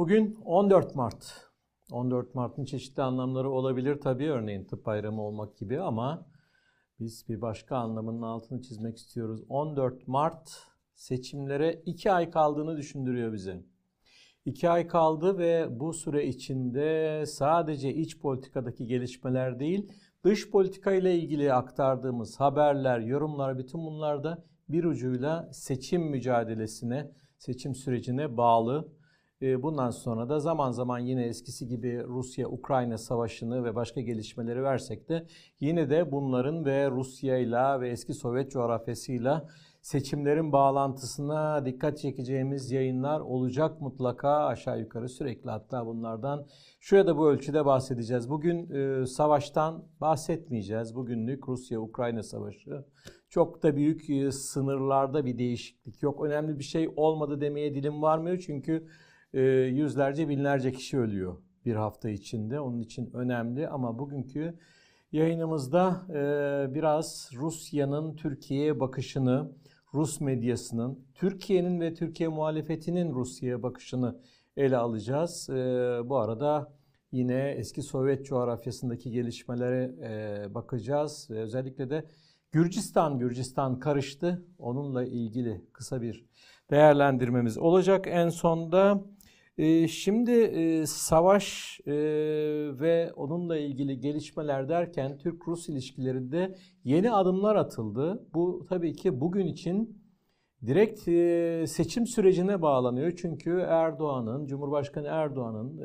Bugün 14 Mart. 14 Mart'ın çeşitli anlamları olabilir tabii, örneğin tıp bayramı olmak gibi, ama biz bir başka anlamının altını çizmek istiyoruz. 14 Mart seçimlere 2 ay kaldığını düşündürüyor bize. 2 ay kaldı ve bu süre içinde sadece iç politikadaki gelişmeler değil, dış politika ile ilgili aktardığımız haberler, yorumlar, bütün bunlar da bir ucuyla seçim mücadelesine, seçim sürecine bağlı. Bundan sonra da zaman zaman yine eskisi gibi Rusya-Ukrayna savaşını ve başka gelişmeleri versek de yine de bunların ve Rusya'yla ve eski Sovyet coğrafyasıyla seçimlerin bağlantısına dikkat çekeceğimiz yayınlar olacak mutlaka, aşağı yukarı sürekli. Hatta bunlardan şu ya da bu ölçüde bahsedeceğiz. Bugün savaştan bahsetmeyeceğiz. Bugünlük Rusya-Ukrayna savaşı. Çok da büyük sınırlarda bir değişiklik yok. Önemli bir şey olmadı demeye dilim varmıyor. Çünkü yüzlerce binlerce kişi ölüyor bir hafta içinde. Onun için önemli, ama bugünkü yayınımızda biraz Rusya'nın Türkiye'ye bakışını, Rus medyasının, Türkiye'nin ve Türkiye muhalefetinin Rusya'ya bakışını ele alacağız. Bu arada yine eski Sovyet coğrafyasındaki gelişmelere bakacağız. Özellikle de Gürcistan karıştı. Onunla ilgili kısa bir değerlendirmemiz olacak en sonda. Şimdi savaş ve onunla ilgili gelişmeler derken Türk-Rus ilişkilerinde yeni adımlar atıldı. Bu tabii ki bugün için direkt seçim sürecine bağlanıyor. Çünkü Cumhurbaşkanı Erdoğan'ın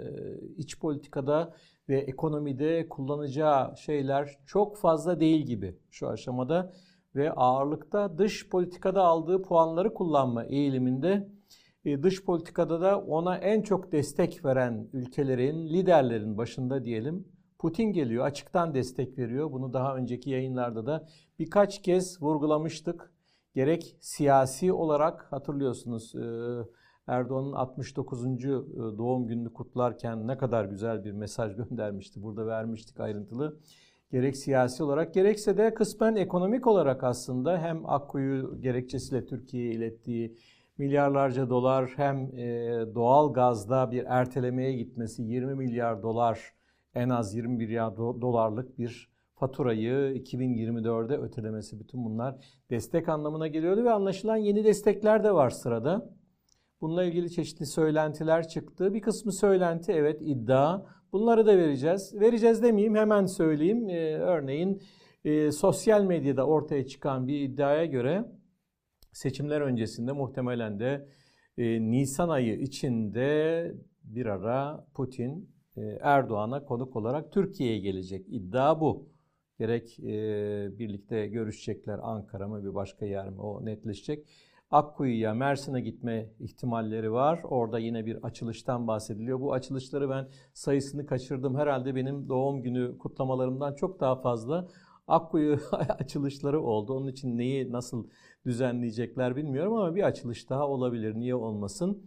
iç politikada ve ekonomide kullanacağı şeyler çok fazla değil gibi şu aşamada ve ağırlıkta dış politikada aldığı puanları kullanma eğiliminde. Dış politikada da ona en çok destek veren ülkelerin, liderlerin başında diyelim Putin geliyor. Açıktan destek veriyor. Bunu daha önceki yayınlarda da birkaç kez vurgulamıştık. Gerek siyasi olarak, hatırlıyorsunuz Erdoğan'ın 69. doğum gününü kutlarken ne kadar güzel bir mesaj göndermişti. Burada vermiştik ayrıntılı. Gerek siyasi olarak, gerekse de kısmen ekonomik olarak aslında hem Akkuyu gerekçesiyle Türkiye'ye ilettiği milyarlarca dolar, hem doğal gazda bir ertelemeye gitmesi, 20 milyar dolar, en az 20 milyar dolarlık bir faturayı 2024'de ötelemesi, bütün bunlar destek anlamına geliyordu ve anlaşılan yeni destekler de var sırada. Bununla ilgili çeşitli söylentiler çıktı. Bir kısmı söylenti, evet, iddia. Bunları da vereceğiz. Vereceğiz demeyeyim, hemen söyleyeyim. Örneğin sosyal medyada ortaya çıkan bir iddiaya göre seçimler öncesinde muhtemelen de Nisan ayı içinde bir ara Putin Erdoğan'a konuk olarak Türkiye'ye gelecek. İddia bu. Gerek birlikte görüşecekler, Ankara mı bir başka yer mi, o netleşecek. Akkuyu'ya, Mersin'e gitme ihtimalleri var. Orada yine bir açılıştan bahsediliyor. Bu açılışları ben sayısını kaçırdım. Herhalde benim doğum günü kutlamalarımdan çok daha fazla Akkuyu açılışları oldu. Onun için neyi nasıl düzenleyecekler bilmiyorum, ama bir açılış daha olabilir. Niye olmasın?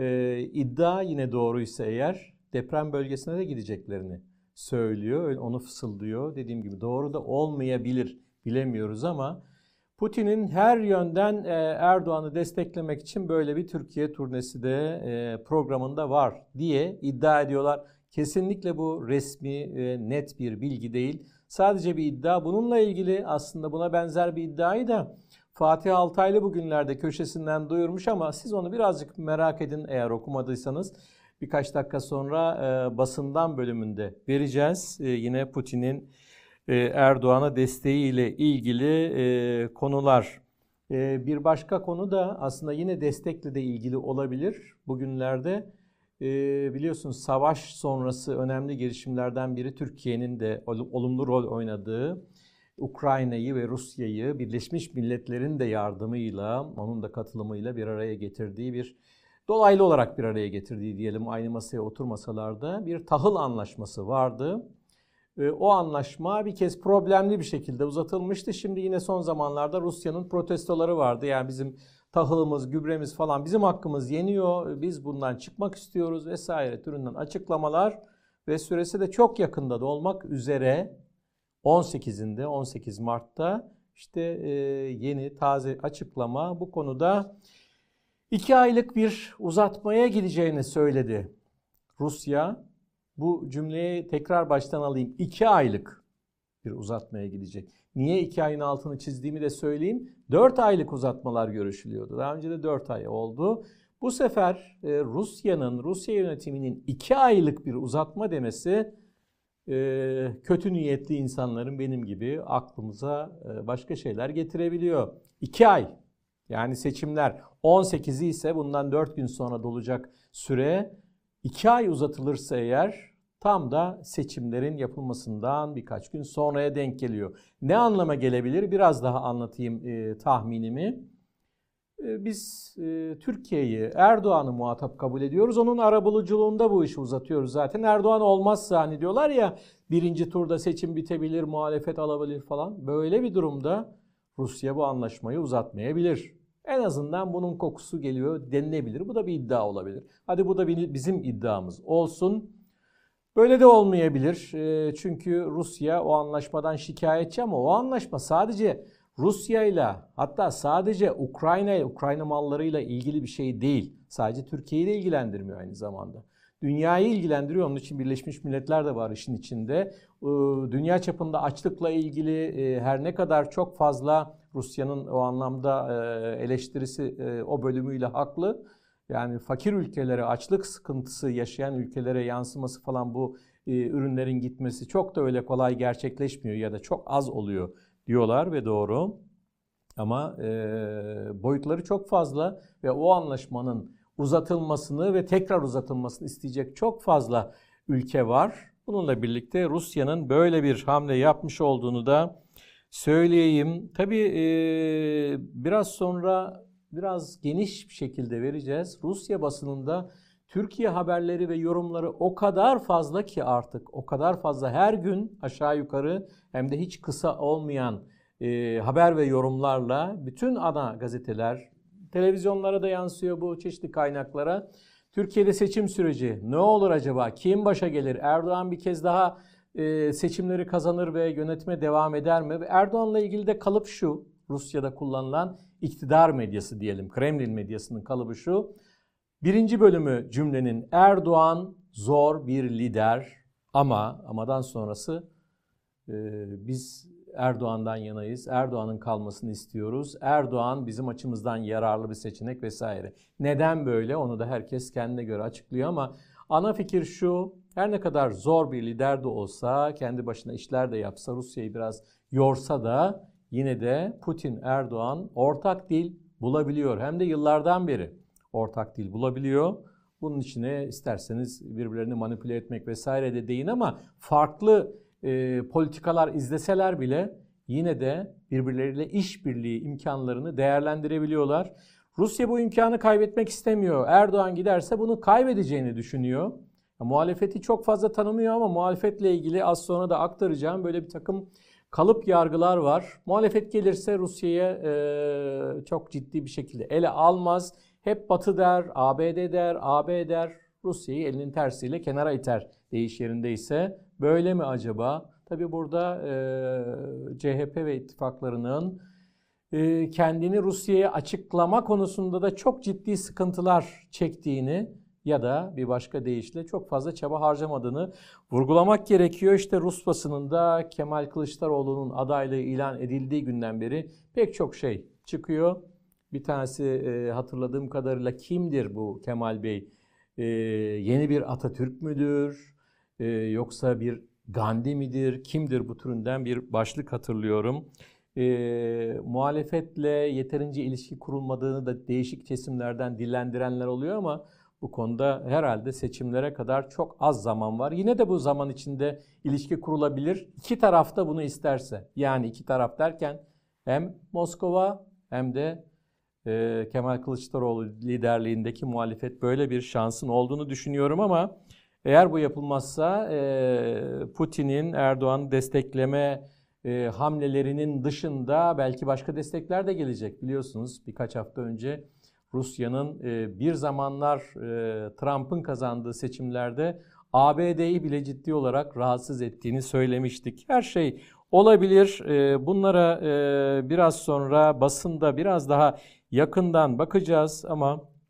İddia yine doğruysa eğer deprem bölgesine de gideceklerini söylüyor. Onu fısıldıyor. Dediğim gibi doğru da olmayabilir. Bilemiyoruz, ama Putin'in her yönden Erdoğan'ı desteklemek için böyle bir Türkiye turnesi de programında var diye iddia ediyorlar. Kesinlikle bu resmi, net bir bilgi değil. Sadece bir iddia. Bununla ilgili aslında buna benzer bir iddiayı da Fatih Altaylı bugünlerde köşesinden duyurmuş, ama siz onu birazcık merak edin eğer okumadıysanız. Birkaç dakika sonra basından bölümünde vereceğiz. Yine Putin'in Erdoğan'a desteğiyle ilgili konular. Bir başka konu da aslında yine destekle de ilgili olabilir. Bugünlerde biliyorsunuz savaş sonrası önemli girişimlerden biri Türkiye'nin de olumlu rol oynadığı, Ukrayna'yı ve Rusya'yı Birleşmiş Milletler'in de yardımıyla, onun da katılımıyla bir araya getirdiği, bir dolaylı olarak bir araya getirdiği diyelim, aynı masaya oturmasalar da bir tahıl anlaşması vardı. O anlaşma bir kez problemli bir şekilde uzatılmıştı. Şimdi yine son zamanlarda Rusya'nın protestoları vardı. Yani bizim tahılımız, gübremiz falan bizim hakkımız yeniyor, biz bundan çıkmak istiyoruz vesaire türünden açıklamalar ve süresi de çok yakında da olmak üzere 18 Mart'ta işte yeni taze açıklama bu konuda. 2 aylık bir uzatmaya gideceğini söyledi Rusya. Bu cümleyi tekrar baştan alayım. 2 aylık bir uzatmaya gidecek. Niye 2 ayın altını çizdiğimi de söyleyeyim. 4 aylık uzatmalar görüşülüyordu. Daha önce de 4 ay oldu. Bu sefer Rusya yönetiminin 2 aylık bir uzatma demesi kötü niyetli insanların benim gibi aklımıza başka şeyler getirebiliyor. 2 ay, yani seçimler 18'i ise bundan 4 gün sonra dolacak süre 2 ay uzatılırsa eğer tam da seçimlerin yapılmasından birkaç gün sonraya denk geliyor. Ne anlama gelebilir? Biraz daha anlatayım tahminimi. Biz Türkiye'yi, Erdoğan'ı muhatap kabul ediyoruz. Onun arabuluculuğunda bu işi uzatıyoruz zaten. Erdoğan olmazsa hani diyorlar ya, birinci turda seçim bitebilir, muhalefet alabilir falan. Böyle bir durumda Rusya bu anlaşmayı uzatmayabilir. En azından bunun kokusu geliyor denilebilir. Bu da bir iddia olabilir. Hadi bu da bizim iddiamız olsun. Böyle de olmayabilir. Çünkü Rusya o anlaşmadan şikayetçi ama o anlaşma sadece Rusya ile, hatta sadece Ukrayna mallarıyla ilgili bir şey değil. Sadece Türkiye'yi de ilgilendirmiyor aynı zamanda. Dünyayı ilgilendiriyor. Onun için Birleşmiş Milletler de var işin içinde. Dünya çapında açlıkla ilgili her ne kadar çok fazla Rusya'nın o anlamda eleştirisi o bölümüyle haklı. Yani fakir ülkelere, açlık sıkıntısı yaşayan ülkelere yansıması falan, bu ürünlerin gitmesi çok da öyle kolay gerçekleşmiyor ya da çok az oluyor diyorlar ve doğru. Ama boyutları çok fazla ve o anlaşmanın uzatılmasını ve tekrar uzatılmasını isteyecek çok fazla ülke var. Bununla birlikte Rusya'nın böyle bir hamle yapmış olduğunu da söyleyeyim. Tabii biraz sonra biraz geniş bir şekilde vereceğiz. Rusya basınında Türkiye haberleri ve yorumları o kadar fazla ki artık, o kadar fazla, her gün aşağı yukarı hem de hiç kısa olmayan haber ve yorumlarla bütün ana gazeteler, televizyonlara da yansıyor, bu çeşitli kaynaklara. Türkiye'de seçim süreci ne olur acaba? Kim başa gelir? Erdoğan bir kez daha seçimleri kazanır ve yönetime devam eder mi? Erdoğan'la ilgili de kalıp şu, Rusya'da kullanılan iktidar medyası diyelim, Kremlin medyasının kalıbı şu. Birinci bölümü cümlenin: Erdoğan zor bir lider amadan sonrası biz Erdoğan'dan yanayız. Erdoğan'ın kalmasını istiyoruz. Erdoğan bizim açımızdan yararlı bir seçenek vesaire. Neden böyle? Onu da herkes kendine göre açıklıyor ama ana fikir şu: her ne kadar zor bir lider de olsa, kendi başına işler de yapsa, Rusya'yı biraz yorsa da yine de Putin, Erdoğan ortak dil bulabiliyor. Hem de yıllardan beri ortak dil bulabiliyor. Bunun içine isterseniz birbirlerini manipüle etmek vesaire de deyin ama farklı politikalar izleseler bile yine de birbirleriyle işbirliği imkanlarını değerlendirebiliyorlar. Rusya bu imkanı kaybetmek istemiyor. Erdoğan giderse bunu kaybedeceğini düşünüyor. Muhalefeti çok fazla tanımıyor ama muhalefetle ilgili az sonra da aktaracağım böyle bir takım kalıp yargılar var. Muhalefet gelirse Rusya'ya çok ciddi bir şekilde ele almaz. Hep Batı der, ABD der, AB der. Rusya'yı elinin tersiyle kenara iter deyiş yerindeyse. Böyle mi acaba? Tabii burada CHP ve ittifaklarının kendini Rusya'ya açıklama konusunda da çok ciddi sıkıntılar çektiğini ya da bir başka deyişle çok fazla çaba harcamadığını vurgulamak gerekiyor. İşte Rus basınında Kemal Kılıçdaroğlu'nun adaylığı ilan edildiği günden beri pek çok şey çıkıyor. Bir tanesi hatırladığım kadarıyla, kimdir bu Kemal Bey? Yeni bir Atatürk müdür? Yoksa bir Gandhi midir? Kimdir bu türünden bir başlık hatırlıyorum. Muhalefetle yeterince ilişki kurulmadığını da değişik kesimlerden dillendirenler oluyor ama bu konuda herhalde seçimlere kadar çok az zaman var. Yine de bu zaman içinde ilişki kurulabilir. İki taraf da bunu isterse. Yani iki taraf derken hem Moskova hem de Kemal Kılıçdaroğlu liderliğindeki muhalefet böyle bir şansın olduğunu düşünüyorum ama eğer bu yapılmazsa Putin'in Erdoğan'ı destekleme hamlelerinin dışında belki başka destekler de gelecek. Biliyorsunuz birkaç hafta önce Rusya'nın bir zamanlar Trump'ın kazandığı seçimlerde ABD'yi bile ciddi olarak rahatsız ettiğini söylemiştik. Her şey olabilir. Bunlara biraz sonra basında biraz daha yakından bakacağız ama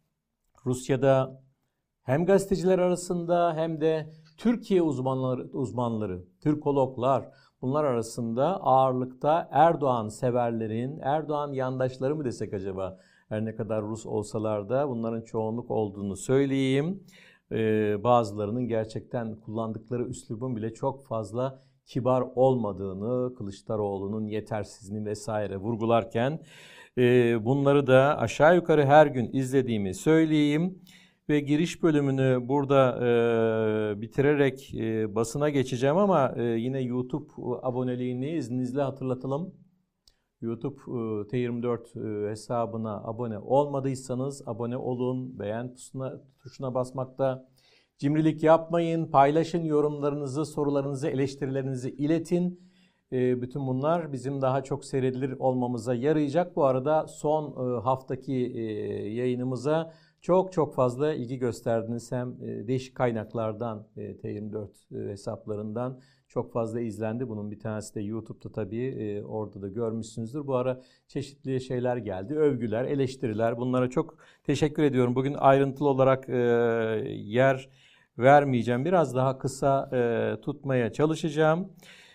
Rusya'da hem gazeteciler arasında hem de Türkiye uzmanları, Türkologlar, bunlar arasında ağırlıkta Erdoğan severlerin, Erdoğan yandaşları mı desek acaba? Her ne kadar Rus olsalar da bunların çoğunluk olduğunu söyleyeyim. Bazılarının gerçekten kullandıkları üslubun bile çok fazla kibar olmadığını, Kılıçdaroğlu'nun yetersizliğini vesaire vurgularken bunları da aşağı yukarı her gün izlediğimi söyleyeyim. Ve giriş bölümünü burada bitirerek basına geçeceğim ama yine YouTube aboneliğini izninizle hatırlatalım. YouTube T24 hesabına abone olmadıysanız abone olun, beğen tuşuna basmakta cimrilik yapmayın, paylaşın yorumlarınızı, sorularınızı, eleştirilerinizi iletin. Bütün bunlar bizim daha çok seyredilir olmamıza yarayacak. Bu arada son haftaki yayınımıza çok fazla ilgi gösterdiniz. Hem değişik kaynaklardan, T24 hesaplarından çok fazla izlendi. Bunun bir tanesi de YouTube'da tabii, orada da görmüşsünüzdür. Bu ara çeşitli şeyler geldi. Övgüler, eleştiriler. Bunlara çok teşekkür ediyorum. Bugün ayrıntılı olarak yer vermeyeceğim. Biraz daha kısa tutmaya çalışacağım.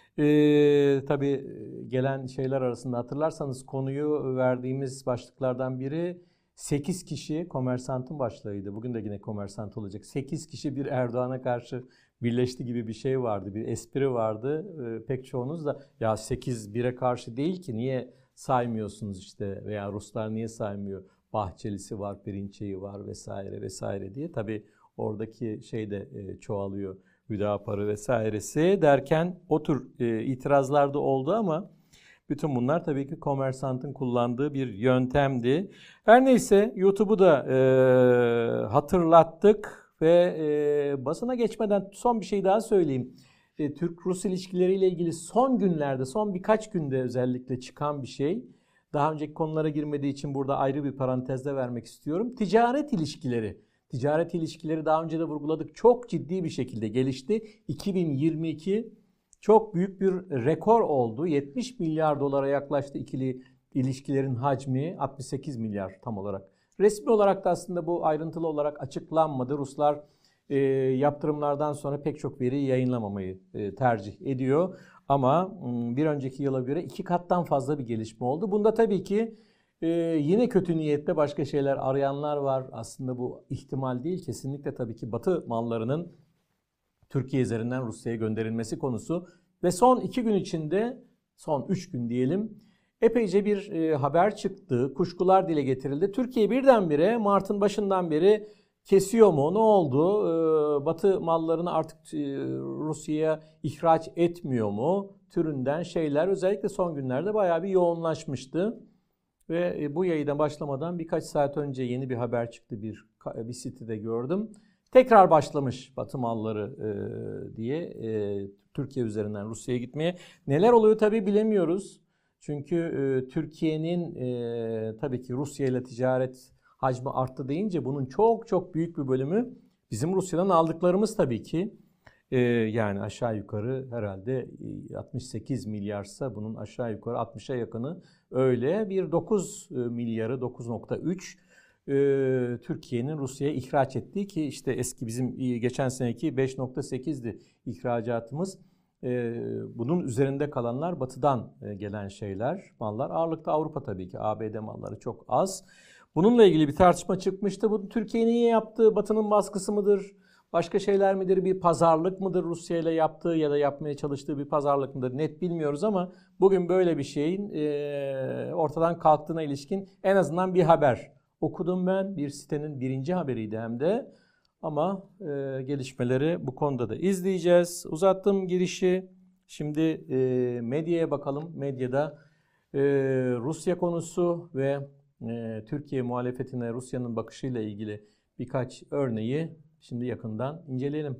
Tabii gelen şeyler arasında hatırlarsanız konuyu verdiğimiz başlıklardan biri 8 kişi Kommersant'ın başlığıydı. Bugün de yine Kommersant olacak. 8 kişi bir Erdoğan'a karşı birleşti gibi bir şey vardı. Bir espri vardı. Pek çoğunuz da ya 8 1'e karşı değil ki niye saymıyorsunuz işte veya Ruslar niye saymıyor? Bahçelisi var, Perinçe'yi var vesaire vesaire diye. Tabii oradaki şey de çoğalıyor. Hüdapar'ı vesairesi derken o tür itirazlar da oldu ama bütün bunlar tabii ki Kommersant'ın kullandığı bir yöntemdi. Her neyse YouTube'u da hatırlattık ve basına geçmeden son bir şey daha söyleyeyim. Türk-Rus ilişkileriyle ilgili son günlerde, son birkaç günde özellikle çıkan bir şey. Daha önceki konulara girmediği için burada ayrı bir parantezde vermek istiyorum. Ticaret ilişkileri. Ticaret ilişkileri daha önce de vurguladık. Çok ciddi bir şekilde gelişti. 2022 çok büyük bir rekor oldu. 70 milyar dolara yaklaştı ikili ilişkilerin hacmi. 68 milyar tam olarak. Resmi olarak da aslında bu ayrıntılı olarak açıklanmadı. Ruslar yaptırımlardan sonra pek çok veriyi yayınlamamayı tercih ediyor. Ama bir önceki yıla göre 2 kattan fazla bir gelişme oldu. Bunda tabii ki yine kötü niyette başka şeyler arayanlar var. Aslında bu ihtimal değil. Kesinlikle tabii ki Batı mallarının Türkiye üzerinden Rusya'ya gönderilmesi konusu. Ve son 2 gün içinde, son 3 gün diyelim, epeyce bir haber çıktı. Kuşkular dile getirildi. Türkiye birdenbire Mart'ın başından beri kesiyor mu? Ne oldu? Batı mallarını artık Rusya'ya ihraç etmiyor mu? Türünden şeyler özellikle son günlerde bayağı bir yoğunlaşmıştı. Ve bu yayına başlamadan birkaç saat önce yeni bir haber çıktı, bir sitede gördüm. Tekrar başlamış Batı malları diye Türkiye üzerinden Rusya'ya gitmeye. Neler oluyor tabii bilemiyoruz. Çünkü Türkiye'nin tabii ki Rusya ile ticaret hacmi arttı deyince bunun çok büyük bir bölümü bizim Rusya'dan aldıklarımız tabii ki. Yani aşağı yukarı herhalde 68 milyarsa bunun aşağı yukarı 60'a yakını öyle bir 9 milyarı 9.3 Türkiye'nin Rusya'ya ihraç ettiği ki işte eski bizim geçen seneki 5.8'di ihracatımız. Bunun üzerinde kalanlar batıdan gelen şeyler, mallar. Ağırlıkta Avrupa tabii ki. ABD malları çok az. Bununla ilgili bir tartışma çıkmıştı. Bu Türkiye niye yaptı? Batı'nın baskısı mıdır? Başka şeyler midir? Bir pazarlık mıdır? Rusya ile yaptığı ya da yapmaya çalıştığı bir pazarlık mıdır? Net bilmiyoruz ama bugün böyle bir şeyin ortadan kalktığına ilişkin en azından bir haber okudum ben. Bir sitenin birinci haberiydi hem de. Ama gelişmeleri bu konuda da izleyeceğiz. Uzattım girişi. Şimdi medyaya bakalım. Medyada Rusya konusu ve Türkiye muhalefetine Rusya'nın bakışıyla ilgili birkaç örneği şimdi yakından inceleyelim.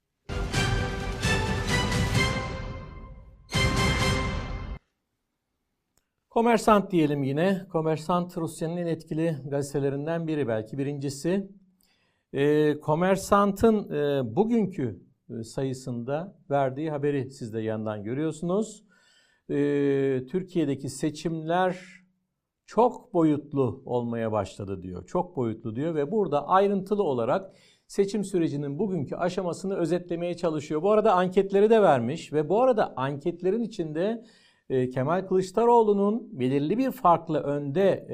Kommersant diyelim yine. Kommersant Rusya'nın en etkili gazetelerinden biri, belki birincisi. Kommersant'ın bugünkü sayısında verdiği haberi siz de yandan görüyorsunuz. Türkiye'deki seçimler çok boyutlu olmaya başladı diyor. Çok boyutlu diyor ve burada ayrıntılı olarak seçim sürecinin bugünkü aşamasını özetlemeye çalışıyor. Bu arada anketleri de vermiş ve bu arada anketlerin içinde Kemal Kılıçdaroğlu'nun belirli bir farkla önde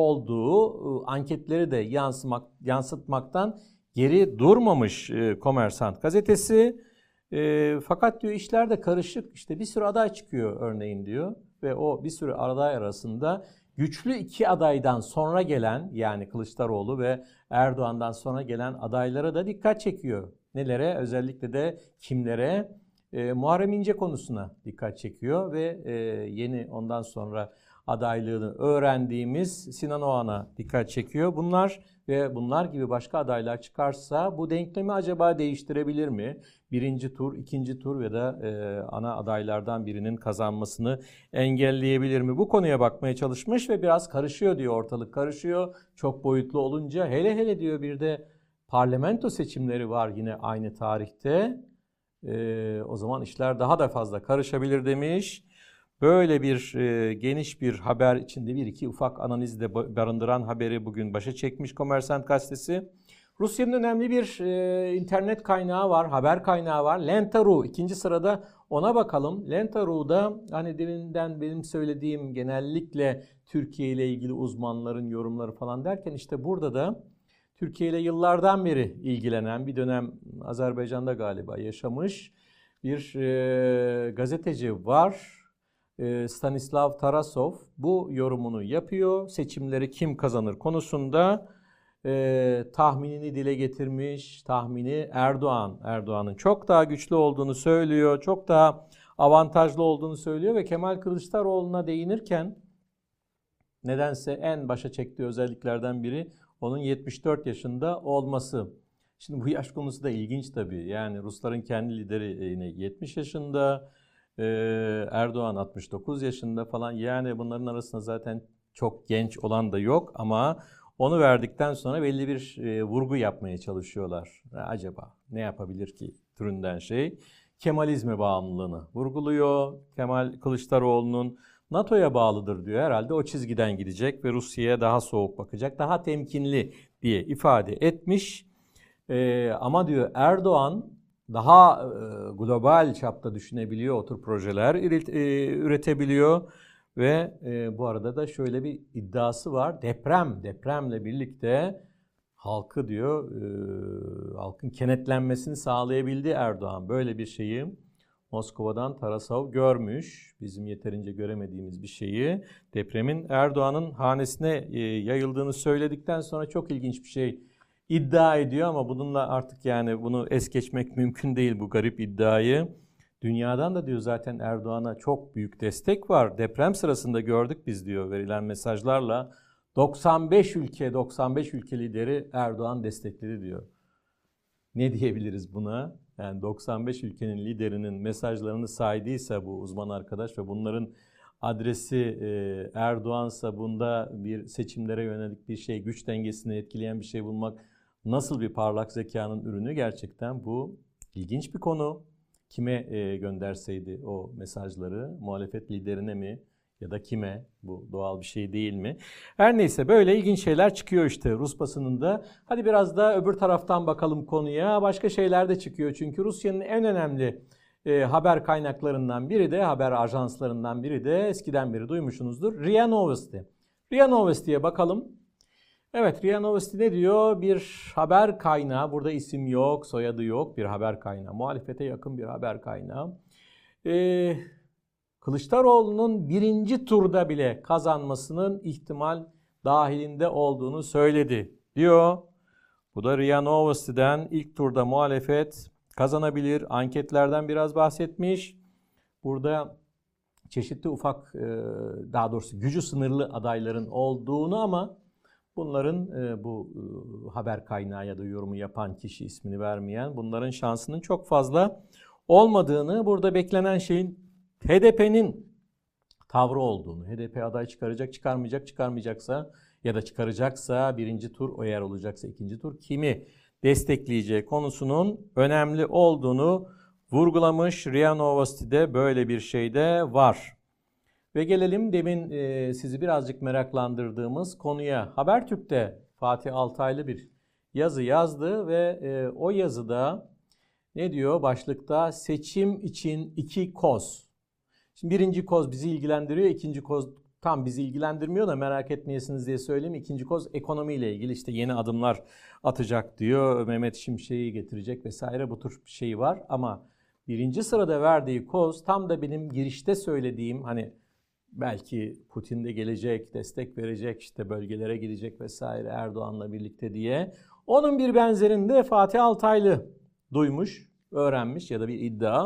olduğu anketleri de yansıtmaktan geri durmamış Kommersant gazetesi. Fakat diyor işler de karışık. İşte bir sürü aday çıkıyor örneğin diyor ve o bir sürü aday arasında güçlü iki adaydan sonra gelen, yani Kılıçdaroğlu ve Erdoğan'dan sonra gelen adaylara da dikkat çekiyor. Nelere? Özellikle de kimlere? Muharrem İnce konusuna dikkat çekiyor ve yeni ondan sonra adaylığını öğrendiğimiz Sinan Oğan'a dikkat çekiyor. Bunlar ve bunlar gibi başka adaylar çıkarsa bu denklemi acaba değiştirebilir mi? Birinci tur, ikinci tur ya da ana adaylardan birinin kazanmasını engelleyebilir mi? Bu konuya bakmaya çalışmış ve biraz karışıyor diyor, ortalık karışıyor. Çok boyutlu olunca hele diyor bir de parlamento seçimleri var yine aynı tarihte. O zaman işler daha da fazla karışabilir demiş. Böyle bir geniş bir haber içinde bir iki ufak analiz de barındıran haberi bugün başa çekmiş Kommersant gazetesi. Rusya'nın önemli bir internet kaynağı var, haber kaynağı var. Lenta.ru ikinci sırada, ona bakalım. Lenta.ru'da hani deminden benim söylediğim genellikle Türkiye ile ilgili uzmanların yorumları falan derken işte burada da Türkiye ile yıllardan beri ilgilenen, bir dönem Azerbaycan'da galiba yaşamış bir gazeteci var. Stanislav Tarasov bu yorumunu yapıyor. Seçimleri kim kazanır konusunda tahminini dile getirmiş. Tahmini Erdoğan'ın çok daha güçlü olduğunu söylüyor. Çok daha avantajlı olduğunu söylüyor ve Kemal Kılıçdaroğlu'na değinirken nedense en başa çektiği özelliklerden biri onun 74 yaşında olması. Şimdi bu yaş konusu da ilginç tabii. Yani Rusların kendi lideri yine 70 yaşında, Erdoğan 69 yaşında falan. Yani bunların arasında zaten çok genç olan da yok ama onu verdikten sonra belli bir vurgu yapmaya çalışıyorlar. Acaba ne yapabilir ki türünden şey. Kemalizme bağımlılığını vurguluyor. Kemal Kılıçdaroğlu'nun NATO'ya bağlıdır diyor. Herhalde o çizgiden gidecek ve Rusya'ya daha soğuk bakacak, daha temkinli diye ifade etmiş. Ama diyor Erdoğan daha global çapta düşünebiliyor, o tür projeler üretebiliyor ve bu arada da şöyle bir iddiası var. Depremle birlikte halkı diyor, halkın kenetlenmesini sağlayabildi Erdoğan. Böyle bir şeyi Moskova'dan Tarasov görmüş. Bizim yeterince göremediğimiz bir şeyi. Depremin Erdoğan'ın hanesine yayıldığını söyledikten sonra çok ilginç bir şey iddia ediyor ama bununla artık yani bunu es geçmek mümkün değil, bu garip iddiayı. Dünyadan da diyor zaten Erdoğan'a çok büyük destek var. Deprem sırasında gördük biz diyor verilen mesajlarla 95 ülke lideri Erdoğan destekledi diyor. Ne diyebiliriz buna? Yani 95 ülkenin liderinin mesajlarını saydıysa bu uzman arkadaş ve bunların adresi Erdoğan'sa bunda bir seçimlere yönelik bir şey, güç dengesini etkileyen bir şey bulmak nasıl bir parlak zekanın ürünü, gerçekten bu ilginç bir konu. Kime gönderseydi o mesajları, muhalefet liderine mi ya da kime, bu doğal bir şey değil mi? Her neyse böyle ilginç şeyler çıkıyor işte Rus basınında. Hadi biraz da öbür taraftan bakalım konuya. Başka şeyler de çıkıyor çünkü Rusya'nın en önemli haber kaynaklarından biri de, haber ajanslarından biri de eskiden beri duymuşsunuzdur, RIA Novosti. RIA Novosti'ye bakalım. Evet, RIA Novosti ne diyor? Bir haber kaynağı, burada isim yok, soyadı yok, bir haber kaynağı. Muhalefete yakın bir haber kaynağı. Kılıçdaroğlu'nun birinci turda bile kazanmasının ihtimal dahilinde olduğunu söyledi diyor. Bu da RIA Novosti'den ilk turda muhalefet kazanabilir. Anketlerden biraz bahsetmiş. Burada çeşitli ufak, daha doğrusu gücü sınırlı adayların olduğunu ama bunların bu haber kaynağı ya da yorumu yapan kişi, ismini vermeyen, bunların şansının çok fazla olmadığını, burada beklenen şeyin HDP'nin tavrı olduğunu, HDP aday çıkaracak, çıkarmayacaksa ya da çıkaracaksa birinci tur, eğer olacaksa ikinci tur kimi destekleyeceği konusunun önemli olduğunu vurgulamış. RIA Novosti'de böyle bir şey de var. Ve gelelim demin sizi birazcık meraklandırdığımız konuya. Habertürk'te Fatih Altaylı bir yazı yazdı ve o yazıda ne diyor başlıkta? Seçim için 2 koz. Şimdi birinci koz bizi ilgilendiriyor, ikinci koz tam bizi ilgilendirmiyor da merak etmeyesiniz diye söyleyeyim. İkinci koz ekonomiyle ilgili, işte yeni adımlar atacak diyor, Mehmet Şimşek'i getirecek vesaire, bu tür bir şey var. Ama birinci sırada verdiği koz tam da benim girişte söylediğim, hani belki Putin de gelecek, destek verecek, işte bölgelere gidecek vesaire Erdoğan'la birlikte diye. Onun bir benzerini de Fatih Altaylı duymuş, öğrenmiş ya da bir iddia.